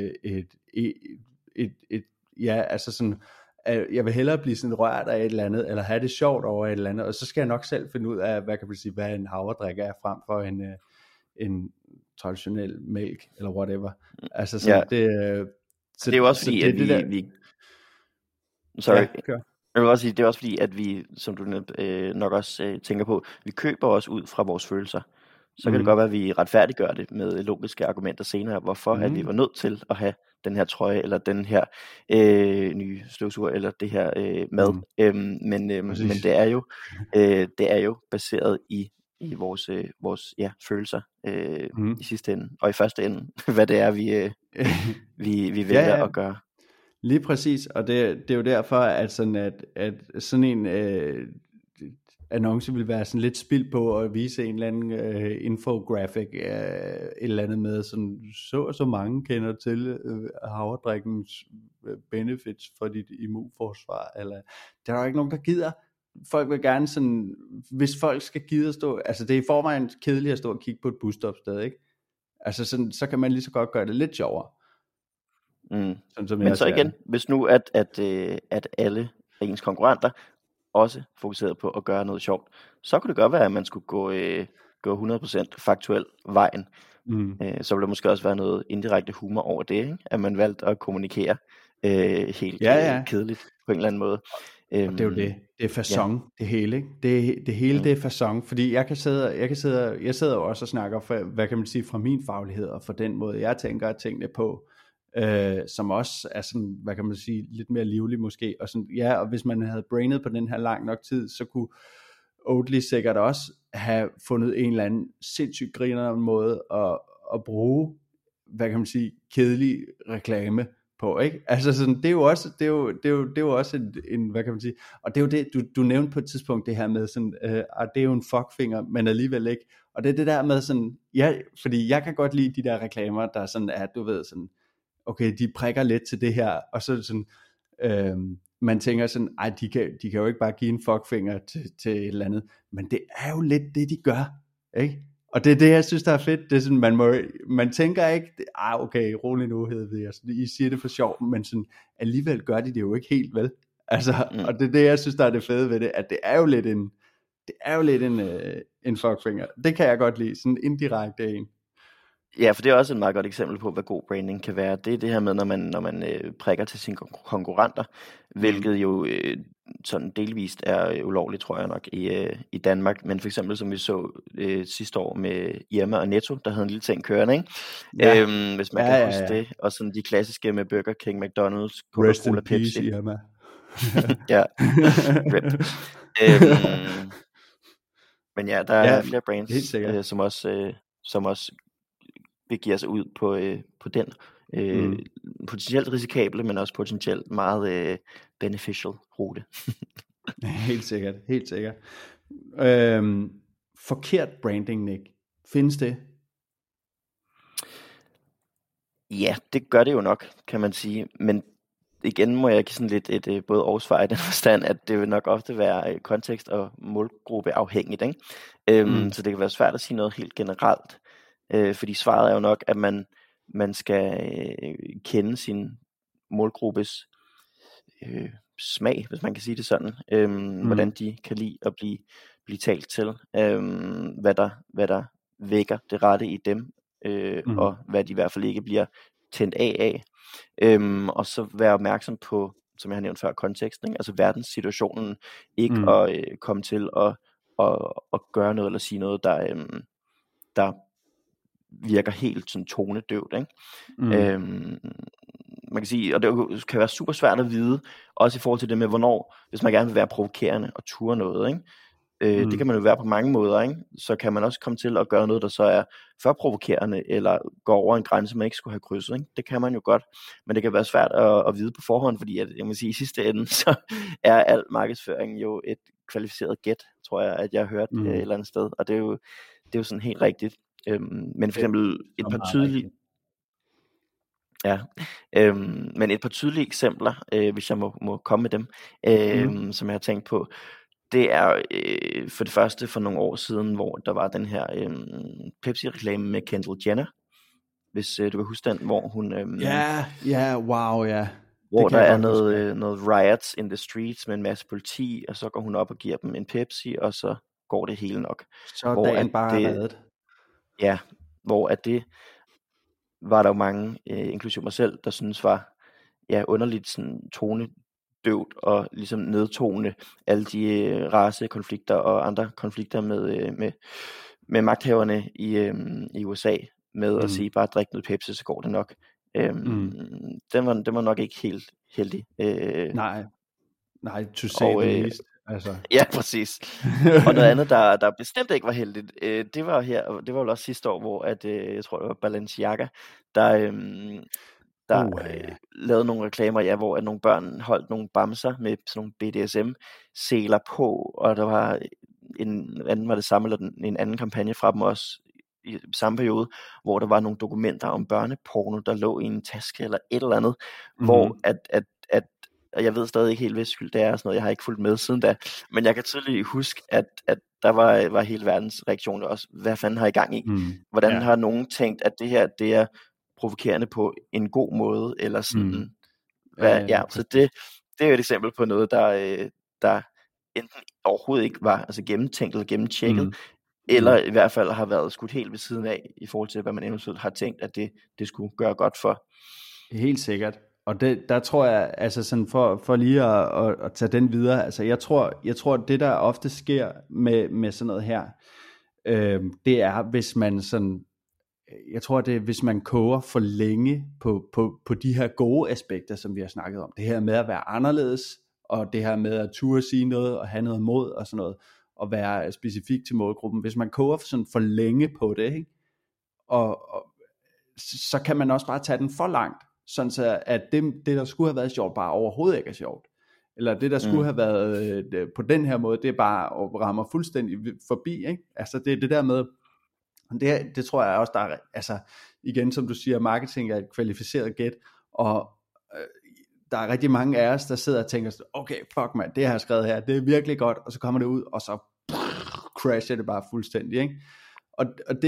altså sådan, jeg vil hellere blive sådan rørt af et eller andet, eller have det sjovt over et eller andet, og så skal jeg nok selv finde ud af, hvad kan man sige, hvad en havredrik er, frem for en traditionel mælk, eller whatever. Altså sådan, det er jo også fordi, at vi sorry. Ja, jeg vil også sige, det er også fordi, at vi, som du nok også tænker på, vi køber også ud fra vores følelser. så kan det godt være, at vi retfærdiggør det med logiske argumenter senere, hvorfor at vi var nødt til at have den her trøje, eller den her nye støvsuger, eller det her mad. Men det er jo baseret i vores følelser i sidste ende, og i første ende, hvad det er, vi vælger at gøre. Lige præcis, og det er jo derfor, at sådan en annonce vil være sådan lidt spild på at vise en eller anden infographic, et eller andet med sådan, så mange kender til havredrikkens benefits for dit immunforsvar, eller der er jo ikke nogen, der gider. Folk vil gerne sådan, hvis folk skal gide at stå, altså det er i forvejen kedeligt at stå og kigge på et busstopsted, ikke? Altså sådan, så kan man lige så godt gøre det lidt sjovere. Sådan, men så igen, hvis nu at alle ens konkurrenter også fokuserede på at gøre noget sjovt, så kunne det godt være, at man skulle gå 100% faktuel vejen. Så ville der måske også være noget indirekte humor over det, ikke? At man valgte at kommunikere helt kedeligt på en eller anden måde. Og det er jo det. Det er facon, det hele, ikke? Det hele, det er facon, fordi jeg sidder jo også og snakker for, hvad kan man sige, fra min faglighed, og for den måde, jeg tænker tingene på, som også er sådan, hvad kan man sige, lidt mere livlig måske, og sådan, ja, og hvis man havde brainet på den her lang nok tid, så kunne Oatly sikkert også have fundet en eller anden sindssygt grinerende måde at bruge, hvad kan man sige, kedelig reklame på, ikke? Altså sådan, det er jo også en, hvad kan man sige, og det er jo det, du nævnte på et tidspunkt, det her med sådan, at det er jo en fuckfinger, men alligevel ikke, og det er det der med sådan, ja, fordi jeg kan godt lide de der reklamer, der sådan er, du ved sådan, okay, de prikker lidt til det her, og så sådan, man tænker sådan, ej, de kan jo ikke bare give en fuckfinger til et eller andet, men det er jo lidt det, de gør, ikke? Og det er det, jeg synes, der er fedt, det er sådan, man tænker ikke, okay, rolig nu, hedder jeg, I siger det for sjov, men sådan, alligevel gør de det jo ikke helt, vel? Altså, og det er det, jeg synes, der er det fede ved det, at det er jo lidt en fuckfinger, det kan jeg godt lide, sådan indirekte en. Ja, for det er også et meget godt eksempel på, hvad god branding kan være. Det er det her med, når man prikker til sine konkurrenter, hvilket jo sådan delvist er ulovligt, tror jeg nok, i Danmark. Men for eksempel, som vi så sidste år med Irma og Netto, der havde en lille ting kørende, ikke? Ja. Hvis man kan huske det. Og sådan de klassiske med Burger King, McDonald's, Coca-Cola, Pepsi. Rest in peace, Irma. Ja. Men ja, der er flere brands, som også begiver sig ud på den potentielt risikable, men også potentielt meget beneficial rute. Helt sikkert. Forkert branding, Nick. Findes det? Ja, det gør det jo nok, kan man sige. Men igen må jeg give sådan lidt et både oversvar i den forstand, at det vil nok ofte være kontekst- og målgruppe afhængigt, ikke? Så det kan være svært at sige noget helt generelt. Fordi svaret er jo nok, at man skal kende sin målgruppes smag, hvis man kan sige det sådan, hvordan de kan lide at blive talt til, hvad der vækker det rette i dem, og hvad de i hvert fald ikke bliver tændt af, og så være opmærksom på, som jeg har nævnt før, konteksten, ikke? Altså verdenssituationen, ikke at komme til at gøre noget eller sige noget, der virker helt sådan tonedøvt, ikke? Man kan sige, og det kan være super svært at vide, også i forhold til det med, hvornår, hvis man gerne vil være provokerende og ture noget, ikke? Det kan man jo være på mange måder, ikke? Så kan man også komme til at gøre noget, der så er for provokerende, eller går over en grænse, man ikke skulle have krydset, ikke? Det kan man jo godt, men det kan være svært at vide på forhånd, fordi at, jeg må sige, i sidste ende, så er al markedsføring jo et kvalificeret gæt, tror jeg, at jeg har hørt et eller andet sted, og det er jo sådan helt rigtigt. Men for eksempel men et par tydelige eksempler, hvis jeg må komme med dem, som jeg har tænkt på, det er for det første for nogle år siden, hvor der var den her Pepsi-reklame med Kendall Jenner, hvis du kan huske den, hvor hun hvor der er noget riots in the streets med en masse politi, og så går hun op og giver dem en Pepsi, og så går det hele nok. Så er dagen bare reddet. Ja, hvor at det var der jo mange, inklusive mig selv, der synes var underligt sådan tonedøvt og ligesom nedtone alle de racekonflikter og andre konflikter med magthaverne i USA med at sige, bare drik noget Pepsi, så går det nok. Den var nok ikke helt heldig. Nej, to say the least. Altså. Ja, præcis. Og noget andet, der bestemt ikke var heldigt, det var jo også sidste år, hvor jeg tror det var Balenciaga, der lavede nogle reklamer, hvor at nogle børn holdt nogle bamser med sådan nogle BDSM-seler på, og der var var det samme, eller en anden kampagne fra dem også i samme periode, hvor der var nogle dokumenter om børneporno, der lå i en taske eller et eller andet, hvor og jeg ved stadig ikke helt, hvad skyld det er og sådan noget, jeg har ikke fulgt med siden da, men jeg kan tydeligt huske, at der var hele verdens reaktion også, hvad fanden har I gang i? Hvordan har nogen tænkt, at det her, det er provokerende på en god måde, eller sådan, så det er jo et eksempel på noget, der enten overhovedet ikke var altså gennemtænkt eller gennemtjekket, eller i hvert fald har været skudt helt ved siden af, i forhold til, hvad man eventuelt har tænkt, at det skulle gøre godt for. Helt sikkert. Og der tror jeg, altså sådan for lige at tage den videre, altså jeg tror det der ofte sker med sådan noget her, det er, hvis man sådan, jeg tror det er, hvis man koger for længe på de her gode aspekter, som vi har snakket om. Det her med at være anderledes, og det her med at turde sige noget, og have noget mod, og sådan noget, og være specifik til målgruppen. Hvis man koger sådan for længe på det, ikke? Og så kan man også bare tage den for langt, sådan så at det der skulle have været sjovt, bare overhovedet ikke er sjovt. Eller det der skulle have været på den her måde, det er bare at ramme fuldstændig forbi, ikke? Altså det er det der med, det tror jeg også, der er, altså igen som du siger, marketing er et kvalificeret gæt, og der er rigtig mange af os, der sidder og tænker, okay, fuck man, det jeg har skrevet her, det er virkelig godt, og så kommer det ud, og så crasher det bare fuldstændig, ikke? Og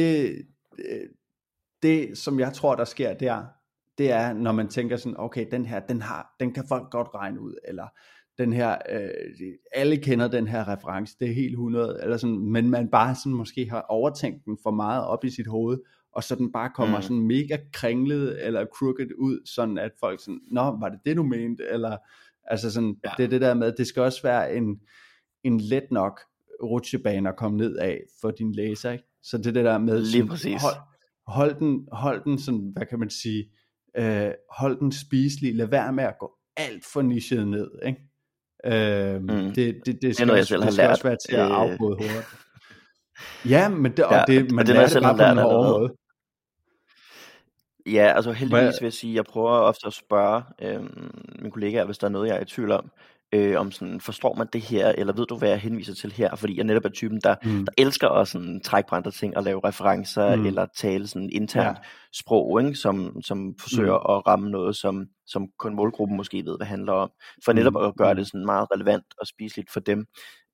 det som jeg tror, der sker der, det er, når man tænker sådan, okay, den her, den kan folk godt regne ud, eller den her, alle kender den her reference, det er helt 100, eller sådan, men man bare sådan måske har overtænkt den for meget op i sit hoved, og så den bare kommer sådan mega kringlet, eller crooked ud, sådan at folk sådan, nå, var det du mente, eller, altså sådan, det er det der med, det skal også være en let nok rutsjebane at komme ned af, for din læser, ikke? Så det er det der med, sådan, hold den sådan, hvad kan man sige, hold den spiselig, lad være med at gå alt for nichet ned, ikke? Det skal, noget, det skal også være til at afbryde hovedet. Ja, men man lærer det bare på en hårde måde. Ja, altså heldigvis vil jeg sige, jeg prøver ofte at spørge mine kollegaer, hvis der er noget, jeg er i tvivl om sådan, forstår man det her, eller ved du, hvad jeg henviser til her? Fordi jeg netop er typen, der elsker at sådan, trække på andre ting, og lave referencer, eller tale sådan internt sprog, ikke? Som forsøger at ramme noget, som kun målgruppen måske ved, hvad det handler om, for netop at gøre det sådan meget relevant og spiseligt for dem.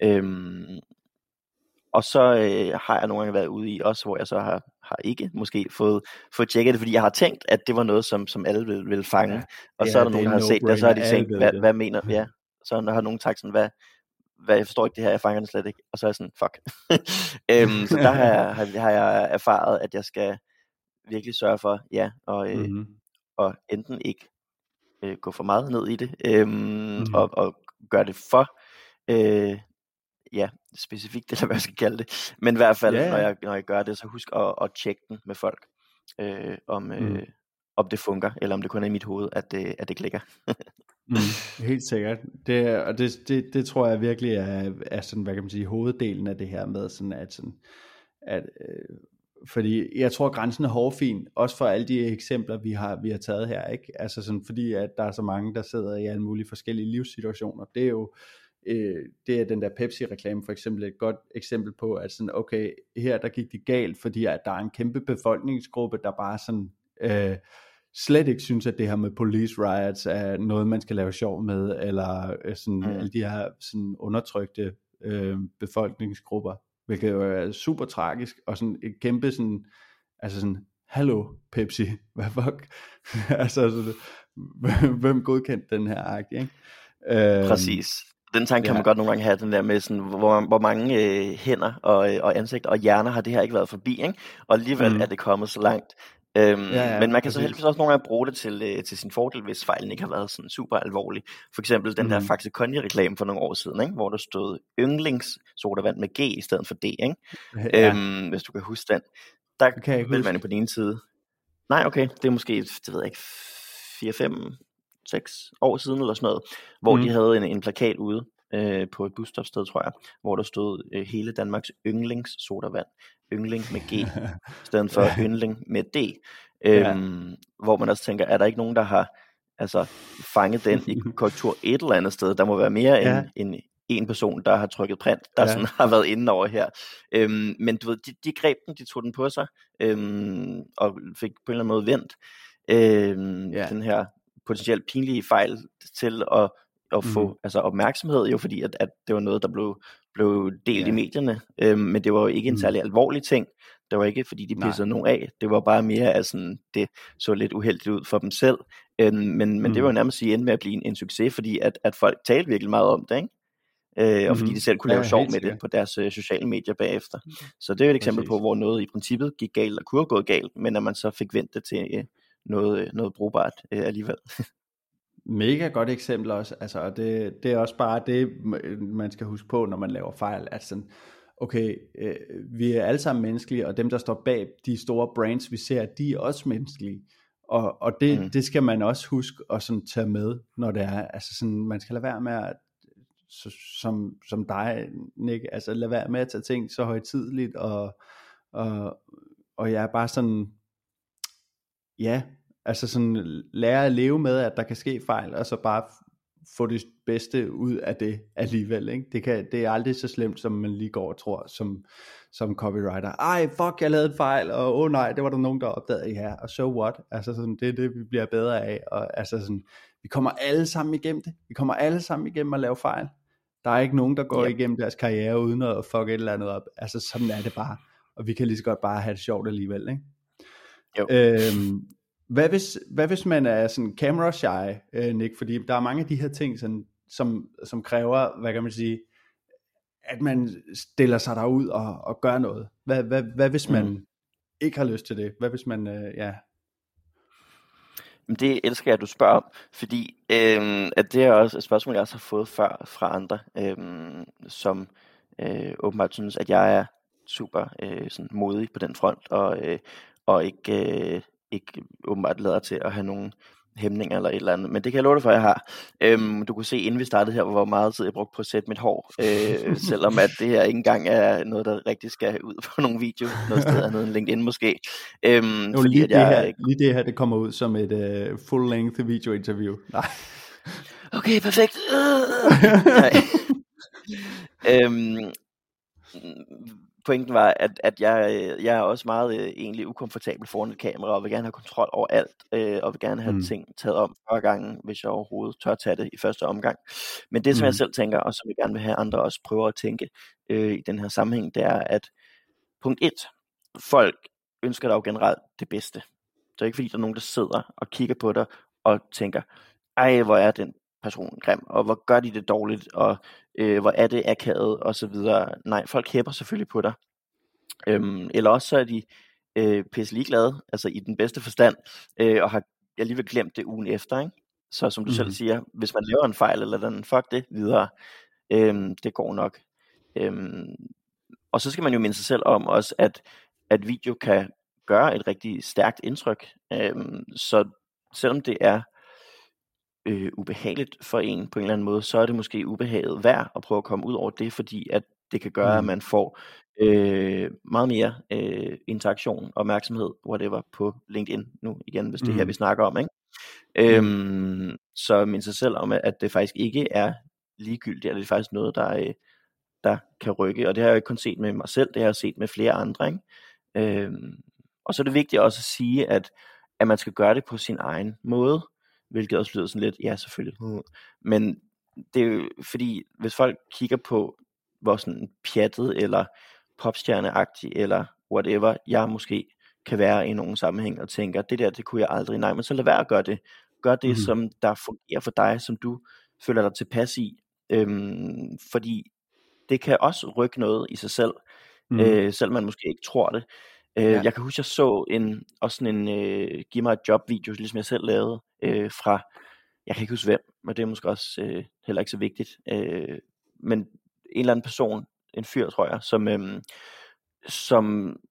Og så har jeg nogle gange været ude i også, hvor jeg så har ikke måske fået tjekket det, fordi jeg har tænkt, at det var noget, som alle ville fange. Og så er der nogen, der har set det, og så har de tænkt, hvad mener du? Ja. Så der har nogen sagt sådan, hvad jeg forstår ikke det her, jeg fanger det slet ikke. Og så er jeg sådan, fuck. Så der har jeg erfaret, at jeg skal virkelig sørge for, og enten ikke gå for meget ned i det, og gøre det for specifikt, eller hvad jeg skal kalde det. Men i hvert fald, når jeg gør det, så husk at tjekke den med folk, om det fungerer, eller om det kun er i mit hoved, at det klikker. Helt sikkert. Det tror jeg virkelig er sådan, hvad kan man sige, hoveddelen af det her med sådan at fordi jeg tror grænsen er hårfin, også for alle de eksempler vi har taget her, ikke? Altså sådan, fordi at der er så mange, der sidder i alle mulige forskellige livssituationer. Det er jo det er den der Pepsi-reklame for eksempel et godt eksempel på, at sådan, okay, her der gik det galt, fordi at der er en kæmpe befolkningsgruppe, der bare sådan slet ikke synes, at det her med police riots er noget, man skal lave sjov med, eller sådan alle de her sådan undertrykte befolkningsgrupper, hvilket jo er super tragisk, og sådan et kæmpe sådan, altså sådan, hallo Pepsi, hvad fuck, altså sådan, hvem godkendte den her akt, ikke? Præcis. Den tanke kan man godt nogle gange have, den der med sådan, hvor mange hænder og ansigter og hjerner har det her ikke været forbi, ikke? Og alligevel er det kommet så langt, Men man kan så præcis. heldigvis også nogle gange bruge det til sin fordel, hvis fejlen ikke har været sådan super alvorlig. For eksempel den der Faxe Kondi-reklame for nogle år siden, ikke? Hvor der stod yndlingssodavand med G i stedet for D, ikke? Hvis du kan huske den. Der vil man jo på den ene side. Nej, okay, det er måske, det ved jeg ikke, 4, 5, 6 år siden eller sådan noget, hvor de havde en plakat ude på et busstopsted, tror jeg, hvor der stod hele Danmarks yndlingssodavand. Yndling med G, i stedet for yndling med D. Hvor man også tænker, er der ikke nogen, der har fanget den i korrektur et eller andet sted? Der må være mere end en person, der har trykket print, der sådan har været inde over her. Men du ved, de greb den, de tog den på sig, og fik på en eller anden måde vendt den her potentielt pinlige fejl til at få opmærksomhed, jo fordi at det var noget, der blev delt i medierne, men det var jo ikke en særlig alvorlig ting. Det var ikke fordi de pissede nogen af, det var bare mere det så lidt uheldigt ud for dem selv, men det var jo nærmest sige endte med at blive en succes, fordi at folk talte virkelig meget om det, ikke? Og fordi de selv kunne lave sjov med det på deres sociale medier bagefter. Så det er jo et eksempel på, hvor noget i princippet gik galt og kunne have gået galt, men at man så fik vendt det til noget brugbart alligevel. Mega godt eksempel også, og det er også bare det, man skal huske på, når man laver fejl, at sådan, okay, vi er alle sammen menneskelige, og dem, der står bag de store brands, vi ser, de er også menneskelige, og det skal man også huske at sådan tage med, når det er, sådan, man skal lade være med at, som dig, Nick, lade være med at tage ting så højtideligt, og jeg er bare sådan, sådan lære at leve med, at der kan ske fejl, og så bare få det bedste ud af det alligevel, ikke? Det er aldrig så slemt, som man lige går og tror, som copywriter. Ej, fuck, jeg lavede en fejl, og nej, det var der nogen, der opdagede her, og so what? Sådan, det er det, vi bliver bedre af, og sådan, vi kommer alle sammen igennem det. Vi kommer alle sammen igennem at lave fejl. Der er ikke nogen, der går igennem deres karriere, uden at fuck et eller andet op. Sådan er det bare, og vi kan lige så godt bare have det sjovt alligevel, ikke? Jo. Hvad hvis man er sådan camera shy, Nick, fordi der er mange af de her ting, sådan, som kræver, hvad kan man sige, at man stiller sig derud og gør noget. Hvad hvis man ikke har lyst til det? Hvad hvis man, Det elsker jeg, at du spørger om, fordi at det er også et spørgsmål, jeg også har fået før fra andre, som åbenbart synes, at jeg er super sådan modig på den front, og ikke åbenbart lader til at have nogle hæmninger eller et eller andet, men det kan jeg love dig for, jeg har. Du kunne se, inden vi startede her, hvor meget tid jeg brugte på at sætte mit hår, selvom at det her ikke engang er noget, der rigtig skal ud på nogle video, noget sted andet end LinkedIn måske. Fordi lige det her, det kommer ud som et full-length video-interview. Nej. Okay, perfekt. Pointen var, at jeg er også meget egentlig ukomfortabel foran et kamera, og vil gerne have kontrol over alt, og vil gerne have ting taget om hver gang, hvis jeg overhovedet tør tage det i første omgang. Men det, som jeg selv tænker, og som jeg gerne vil have andre også prøver at tænke i den her sammenhæng, det er, at punkt 1, folk ønsker dig jo generelt det bedste. Det er ikke fordi, der er nogen, der sidder og kigger på dig og tænker, ej, hvor er den person grim, og hvor gør de det dårligt, og hvor er det akavet, og så videre. Nej, folk hæpper selvfølgelig på dig. Eller også så er de pisse ligeglade, altså i den bedste forstand, og har alligevel glemt det ugen efter, ikke? Så som du selv siger, hvis man laver en fejl, eller den fuck det videre, det går nok. Og så skal man jo minde sig selv om også, at video kan gøre et rigtig stærkt indtryk. Så selvom det er ubehageligt for en på en eller anden måde, så er det måske ubehaget værd at prøve at komme ud over det, fordi at det kan gøre, at man får meget mere interaktion og opmærksomhed, whatever, på LinkedIn nu igen, hvis det er her, vi snakker om, ikke? Så mind sig selv om, at det faktisk ikke er ligegyldigt, at det er faktisk noget, der kan rykke, og det har jeg jo ikke kun set med mig selv, det har jeg set med flere andre, ikke? Og så er det vigtigt også at sige, at man skal gøre det på sin egen måde, hvilket også lyder sådan lidt, ja selvfølgelig, men det er jo fordi, hvis folk kigger på, hvor sådan pjattet eller popstjerneagtig eller whatever, jeg måske kan være i nogle sammenhæng, og tænker, det kunne jeg aldrig, nej, men så lad være at gøre det. Gør det, som der fungerer for dig, som du føler dig tilpas i, fordi det kan også rykke noget i sig selv, selvom man måske ikke tror det. Ja. Jeg kan huske, jeg så også sådan en giv mig et job video, ligesom jeg selv lavede, fra, jeg kan ikke huske hvem, men det er måske også heller ikke så vigtigt, men en eller anden person, en fyr tror jeg, som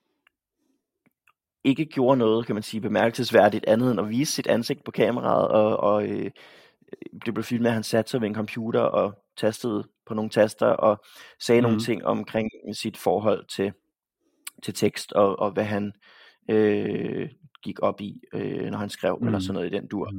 ikke gjorde noget, kan man sige, bemærkelsesværdigt andet end at vise sit ansigt på kameraet, og det blev filmet, at han satte sig ved en computer og tastede på nogle taster og sagde nogle ting omkring sit forhold til tekst, og hvad han gik op i, når han skrev, eller sådan noget i den dur.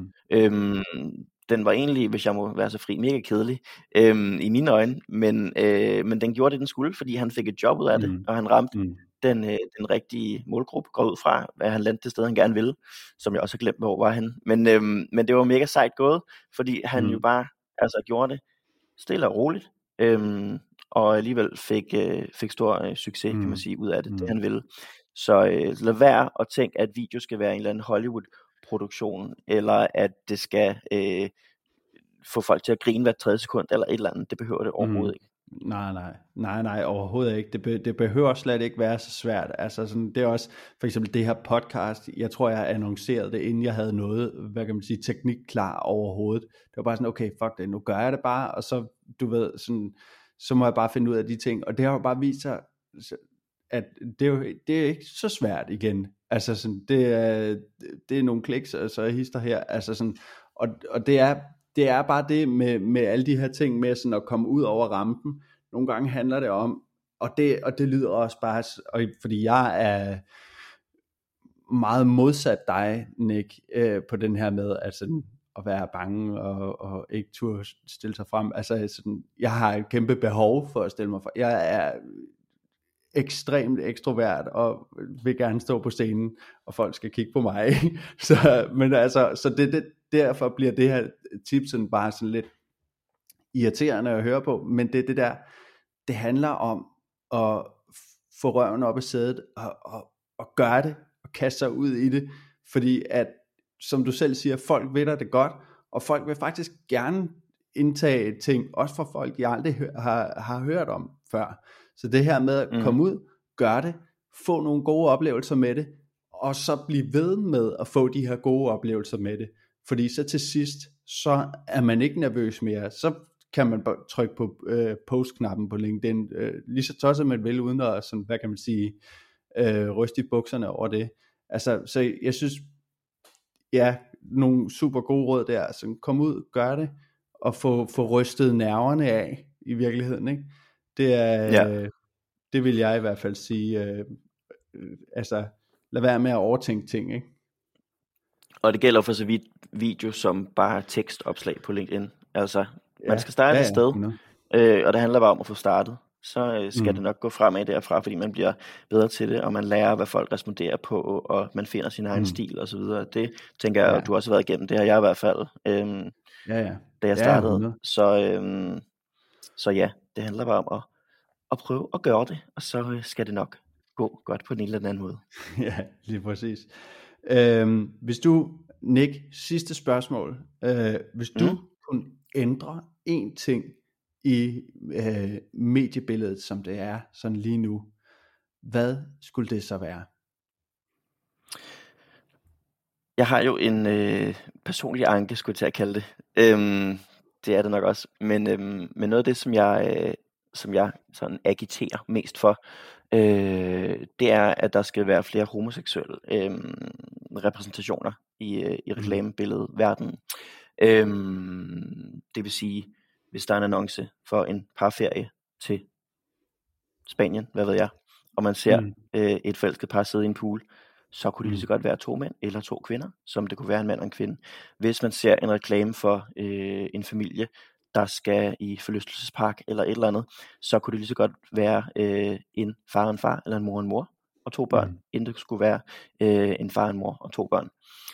Den var egentlig, hvis jeg må være så fri, mega kedelig i mine øjne, men den gjorde det, den skulle, fordi han fik et job ud af det, og han ramte den rigtige målgruppe, går ud fra, hvad han landte det sted, han gerne ville, som jeg også har glemt, hvor var han. Men det var mega sejt gået, fordi han jo bare gjorde det stille og roligt, og alligevel fik stor succes, kan man sige, ud af det han ville. Så lad være at tænke, at video skal være en eller anden Hollywood-produktion, eller at det skal få folk til at grine hvert 3 sekund, eller et eller andet. Det behøver det overhovedet ikke. Nej, overhovedet ikke. Det behøver slet ikke være så svært. Altså sådan, det er også, for eksempel det her podcast, jeg tror, jeg annoncerede det, inden jeg havde noget, hvad kan man sige, teknik klar overhovedet. Det var bare sådan, okay, fuck det, nu gør jeg det bare, og så, du ved, sådan, så må jeg bare finde ud af de ting, og det har jo bare vist sig, at det er ikke så svært igen. Altså sådan, det er nogle kliks, og så hister her, altså sådan, og det er bare det med alle de her ting med sådan at komme ud over rampen. Nogle gange handler det om, og det lyder også bare, fordi jeg er meget modsat dig, Nick, på den her med at være bange og ikke turde stille sig frem. Altså sådan, jeg har et kæmpe behov for at stille mig frem. Jeg er ekstremt ekstrovert og vil gerne stå på scenen, og folk skal kigge på mig. Så derfor bliver det her tip sådan bare sådan lidt irriterende at høre på, men det handler om at få røven op af sædet og gøre det, og kaste sig ud i det, fordi at, som du selv siger, folk ved det godt, og folk vil faktisk gerne indtage ting, også for folk, jeg aldrig har hørt om før. Så det her med at komme ud, gøre det, få nogle gode oplevelser med det, og så blive ved med at få de her gode oplevelser med det. Fordi så til sidst, så er man ikke nervøs mere. Så kan man bare trykke på post-knappen på LinkedIn, lige så tosset man vil, uden at, sådan, hvad kan man sige, ryste i bukserne over det. Altså, så jeg synes, ja, nogle super gode råd der. Så kom ud, gør det, og få rystet nerverne af i virkeligheden, ikke? Det er, det vil jeg i hvert fald sige, lad være med at overtænke ting, ikke? Og det gælder for så vidt video som bare tekstopslag på LinkedIn. Altså, man skal starte et sted, og det handler bare om at få startet. Så skal det nok gå fremad derfra, fordi man bliver bedre til det, og man lærer, hvad folk responderer på, og man finder sin egen stil og så videre. Det tænker jeg, du også har været igennem. Det har jeg i hvert fald, da jeg startede. Så ja, det handler bare om at prøve at gøre det, og så skal det nok gå godt på en eller anden måde. Ja, lige præcis. Hvis du, Nick, sidste spørgsmål. Hvis du kunne ændre én ting i mediebilledet, som det er sådan lige nu, hvad skulle det så være? Jeg har jo en personlig anke, skulle jeg til at kalde det. Det er det nok også. Men noget af det, som jeg sådan agiterer mest for, det er, at der skal være flere homoseksuelle repræsentationer i reklamebilledet verden. Det vil sige, hvis der er en annonce for en parferie til Spanien, hvad ved jeg, og man ser et forelsket par sidde i en pool, så kunne det lige så godt være 2 mænd eller 2 kvinder, som det kunne være en mand og en kvinde. Hvis man ser en reklame for en familie, der skal i forlystelsespark eller et eller andet, så kunne det lige så godt være en far og en far, eller en mor og en mor, og 2 børn, inden det skulle være en far og en mor og 2 børn.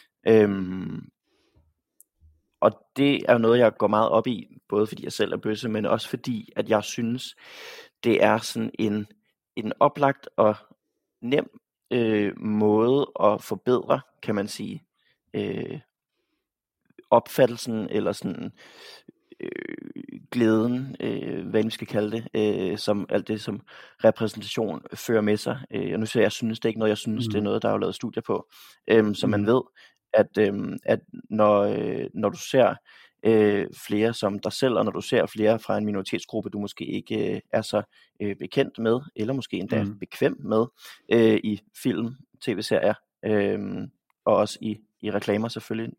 Og det er jo noget, jeg går meget op i, både fordi jeg selv er bøsse, men også fordi, at jeg synes, det er sådan en oplagt og nem måde at forbedre, kan man sige, opfattelsen eller sådan glæden, hvad vi skal kalde det, som alt det, som repræsentation fører med sig. Og nu siger jeg synes, det er ikke noget, jeg synes, det er noget, der er jo lavet studier på. Så man ved, at når du ser flere som dig selv, og når du ser flere fra en minoritetsgruppe, du måske ikke er så bekendt med, eller måske endda bekvem med i film, tv-serier, og også i reklamer selvfølgelig,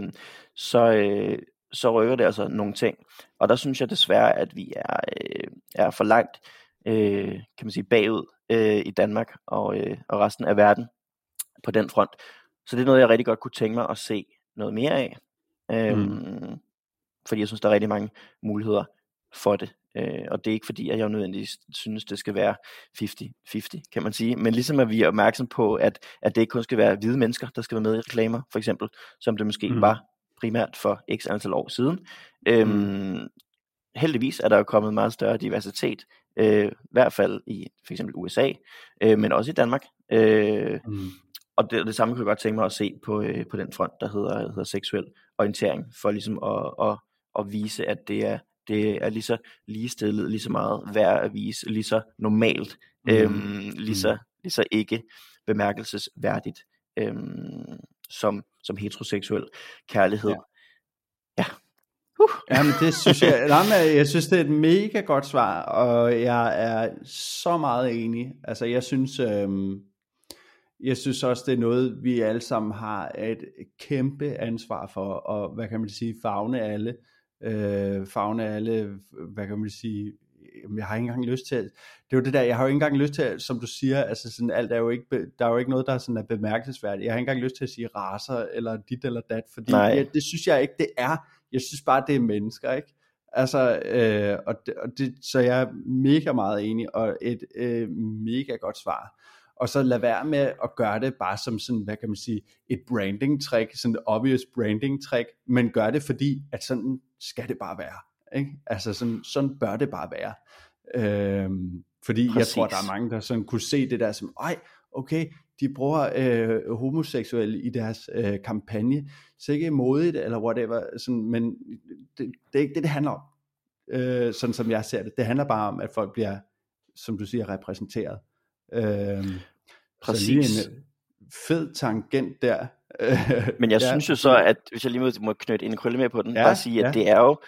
så rykker det altså nogle ting. Og der synes jeg desværre, at vi er for langt, kan man sige, bagud i Danmark og resten af verden på den front. Så det er noget, jeg rigtig godt kunne tænke mig at se noget mere af. Fordi jeg synes, der er rigtig mange muligheder for det. Og det er ikke fordi, at jeg nødvendigvis synes, det skal være 50-50, kan man sige. Men ligesom at vi er opmærksom på, at det ikke kun skal være hvide mennesker, der skal være med i reklamer, for eksempel, som det måske var primært for x antal år siden. Heldigvis er der jo kommet meget større diversitet, i hvert fald i for eksempel USA, men også i Danmark. Og det samme kunne jeg godt tænke mig at se på den front, der hedder seksuel orientering, for ligesom at vise, at det er lige så ligestillet, lige så meget værd at vise, lige så normalt, lige så ikke bemærkelsesværdigt, som heteroseksuel kærlighed. Ja. Jamen det synes jeg synes det er et mega godt svar, og jeg er så meget enig. Altså jeg synes også det er noget vi alle sammen har et kæmpe ansvar for, og hvad kan man sige, favne alle, hvad kan man sige, jeg har ikke engang lyst til, det er jo det der, jeg har jo ikke engang lyst til, som du siger, altså sådan alt er jo ikke, der er jo ikke noget, der sådan er bemærkelsesværdigt. Jeg har ikke engang lyst til at sige racer, eller dit eller dat, fordi det synes jeg ikke, det er. Jeg synes bare, det er mennesker, ikke? Altså, så jeg er mega meget enig, og et mega godt svar. Og så lad være med at gøre det bare som sådan, hvad kan man sige, et branding-trick, sådan et obvious branding-trick, men gør det fordi, at sådan skal det bare være, ikke? Altså sådan bør det bare være. Fordi præcis. Jeg tror, der er mange, der sådan kunne se det der som, okay, de bruger homoseksuelle i deres kampagne, så ikke modigt eller whatever, sådan, men det er ikke det handler om, sådan som jeg ser det. Det handler bare om, at folk bliver, som du siger, repræsenteret. Præcis. Så lige en fed tangent der. Men jeg synes jo så, at hvis jeg lige må knytte en krølle med på den, bare sige, at det er jo,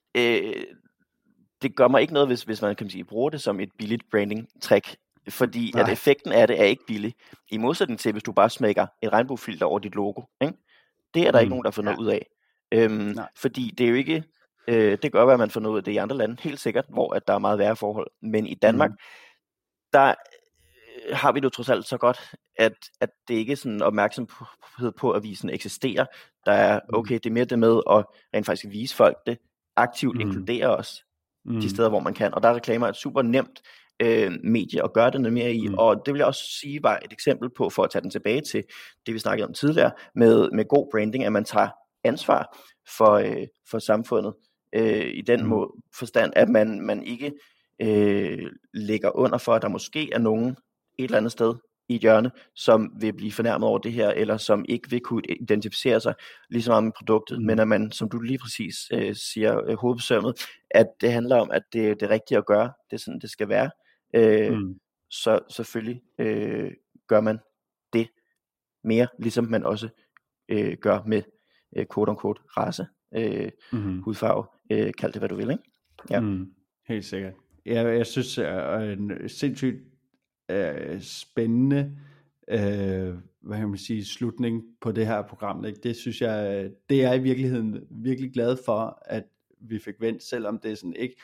det gør mig ikke noget, hvis man kan sige, bruger det som et billigt branding-trick, fordi at effekten af det er ikke billig. I modsætning til, hvis du bare smækker et regnbuefilter over dit logo, ikke? Det er der ikke nogen, der får noget ud af. Fordi det er jo ikke, det kan godt være, at man får noget ud af det i andre lande, helt sikkert, hvor at der er meget værre forhold. Men i Danmark, der har vi det jo trods alt så godt, at det ikke er sådan opmærksomhed på, at vi sådan eksisterer. Der er, okay, det er mere det med at rent faktisk vise folk det, aktivt inkludere os de steder, hvor man kan. Og der er reklamer et super nemt medie at gøre det noget mere i. Og det vil jeg også sige var et eksempel på, for at tage den tilbage til det, vi snakkede om tidligere, med god branding, at man tager ansvar for samfundet i den forstand, at man ikke lægger under for, at der måske er nogen et eller andet sted i et hjørne, som vil blive fornærmet over det her, eller som ikke vil kunne identificere sig lige så meget med produktet, men at man, som du lige præcis siger, hovedbesømmet, at det handler om, at det er det rigtige at gøre, det er sådan, det skal være. Så selvfølgelig gør man det mere, ligesom man også gør med quote-unquote race, hudfarve, kald det hvad du vil, ikke? Ja. Helt sikkert. Jeg synes, en sindssygt spændende hvad kan man sige, slutning på det her program, ikke? Det synes jeg, det er i virkeligheden virkelig glad for, at vi fik vendt, selvom det er sådan ikke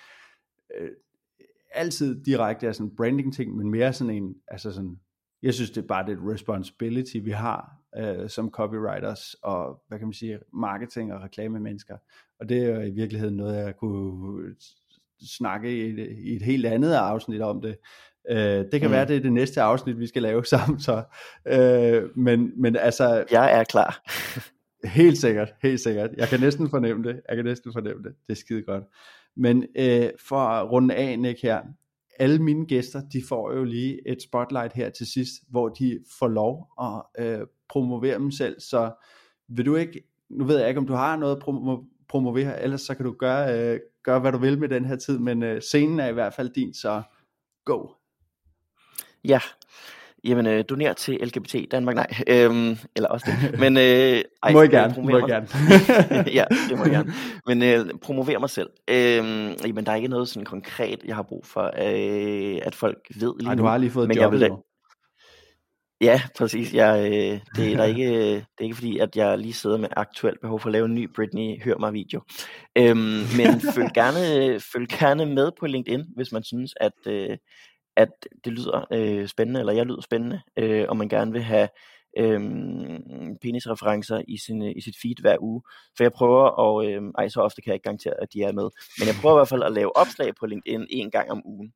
altid direkte er sådan branding ting, men mere sådan en, altså sådan, jeg synes det er bare det responsibility vi har som copywriters og hvad kan man sige, marketing og reklamemennesker, og det er i virkeligheden noget jeg kunne snakke i et helt andet afsnit om det. Det kan være det er det næste afsnit vi skal lave sammen så men altså jeg er klar. helt sikkert jeg kan næsten fornemme det det er skide godt. Men for at runde af, Nick, her, alle mine gæster, de får jo lige et spotlight her til sidst, hvor de får lov at promovere dem selv, så vil du ikke, nu ved jeg ikke om du har noget at promovere, ellers så kan du gøre hvad du vil med den her tid, men scenen er i hvert fald din, så go. Ja, jamen doner til LGBT Danmark, nej, eller også det, men må I gerne. Ja, det må jeg gerne, men promover mig selv, jamen der er ikke noget sådan konkret, jeg har brug for, at folk ved lige nu. Du har lige fået men jobbet jo. Ja, præcis. Det er ikke fordi, at jeg lige sidder med aktuelt behov for at lave en ny Britney Hør mig video. Men følg gerne med på LinkedIn, hvis man synes, at det lyder spændende, eller jeg lyder spændende, og man gerne vil have penisreferencer i sit feed hver uge. For jeg prøver, så ofte kan jeg ikke garantere, at de er med, men jeg prøver i hvert fald at lave opslag på LinkedIn 1 gang om ugen.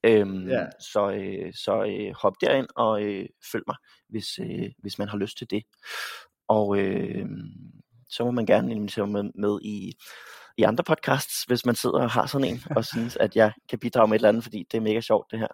Så hop derind og følg mig, hvis man har lyst til det. Og så må man gerne invitere mig med i andre podcasts, hvis man sidder og har sådan en og synes, at jeg kan bidrage med et eller andet, fordi det er mega sjovt det her.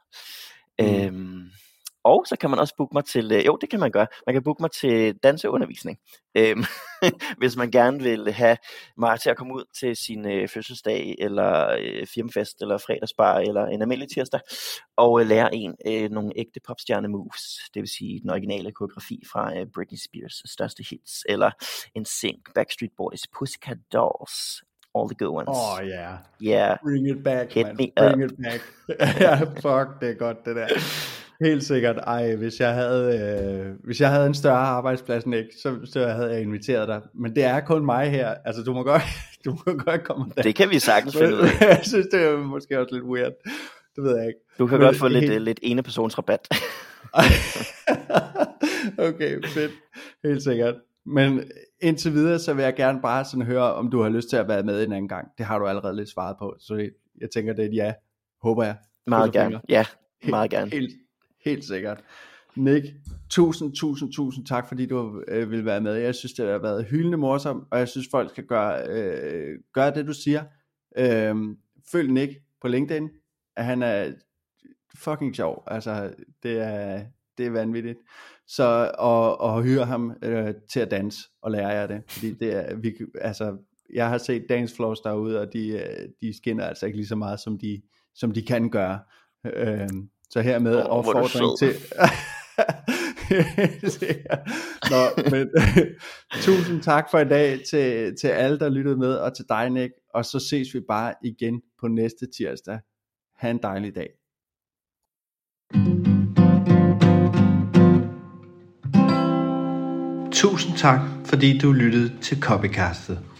Og så kan man også booke mig til, det kan man gøre, man kan booke mig til danseundervisning, hvis man gerne vil have mig til at komme ud til sin fødselsdag, eller firmafest, eller fredagsbar, eller en almindelig tirsdag, og lære nogle ægte popstjerne moves, det vil sige den originale koreografi fra Britney Spears' største hits, eller NSYNC, Backstreet Boys, Pussycat Dolls, all the good ones. Yeah. Bring it back, Hit man. Me Bring up. it back. Ja, fuck, det er godt det der. Helt sikkert. Hvis jeg havde en større arbejdsplads, Nick, så havde jeg inviteret dig. Men det er kun mig her. Altså, du må godt komme der. Det kan vi sagtens finde ud af. Jeg synes, det er måske også lidt weird. Det ved jeg ikke. Du kan godt få lidt ene persons rabat. Okay, fedt. Helt sikkert. Men indtil videre, så vil jeg gerne bare sådan høre, om du har lyst til at være med en anden gang. Det har du allerede lidt svaret på. Så jeg tænker, det er et ja. Håber jeg. Meget gerne. Ja, meget gerne. Helt sikkert. Nick, tusind tak, fordi du vil være med. Jeg synes, det har været hyldende morsomt, og jeg synes, folk skal gøre det, du siger. Følg Nick på LinkedIn. Han er fucking sjov. Altså, det er vanvittigt. Så og hyre ham til at danse og lære jer det, fordi det er jeg har set dance floors derude, og de skinner altså ikke lige så meget som de kan gøre. Så hermed opfordring til men tusind tak for i dag til alle, der lyttede med, og til dig, Nick, og så ses vi bare igen på næste tirsdag. Ha' en dejlig dag. Tusind tak, fordi du lyttede til Copycastet.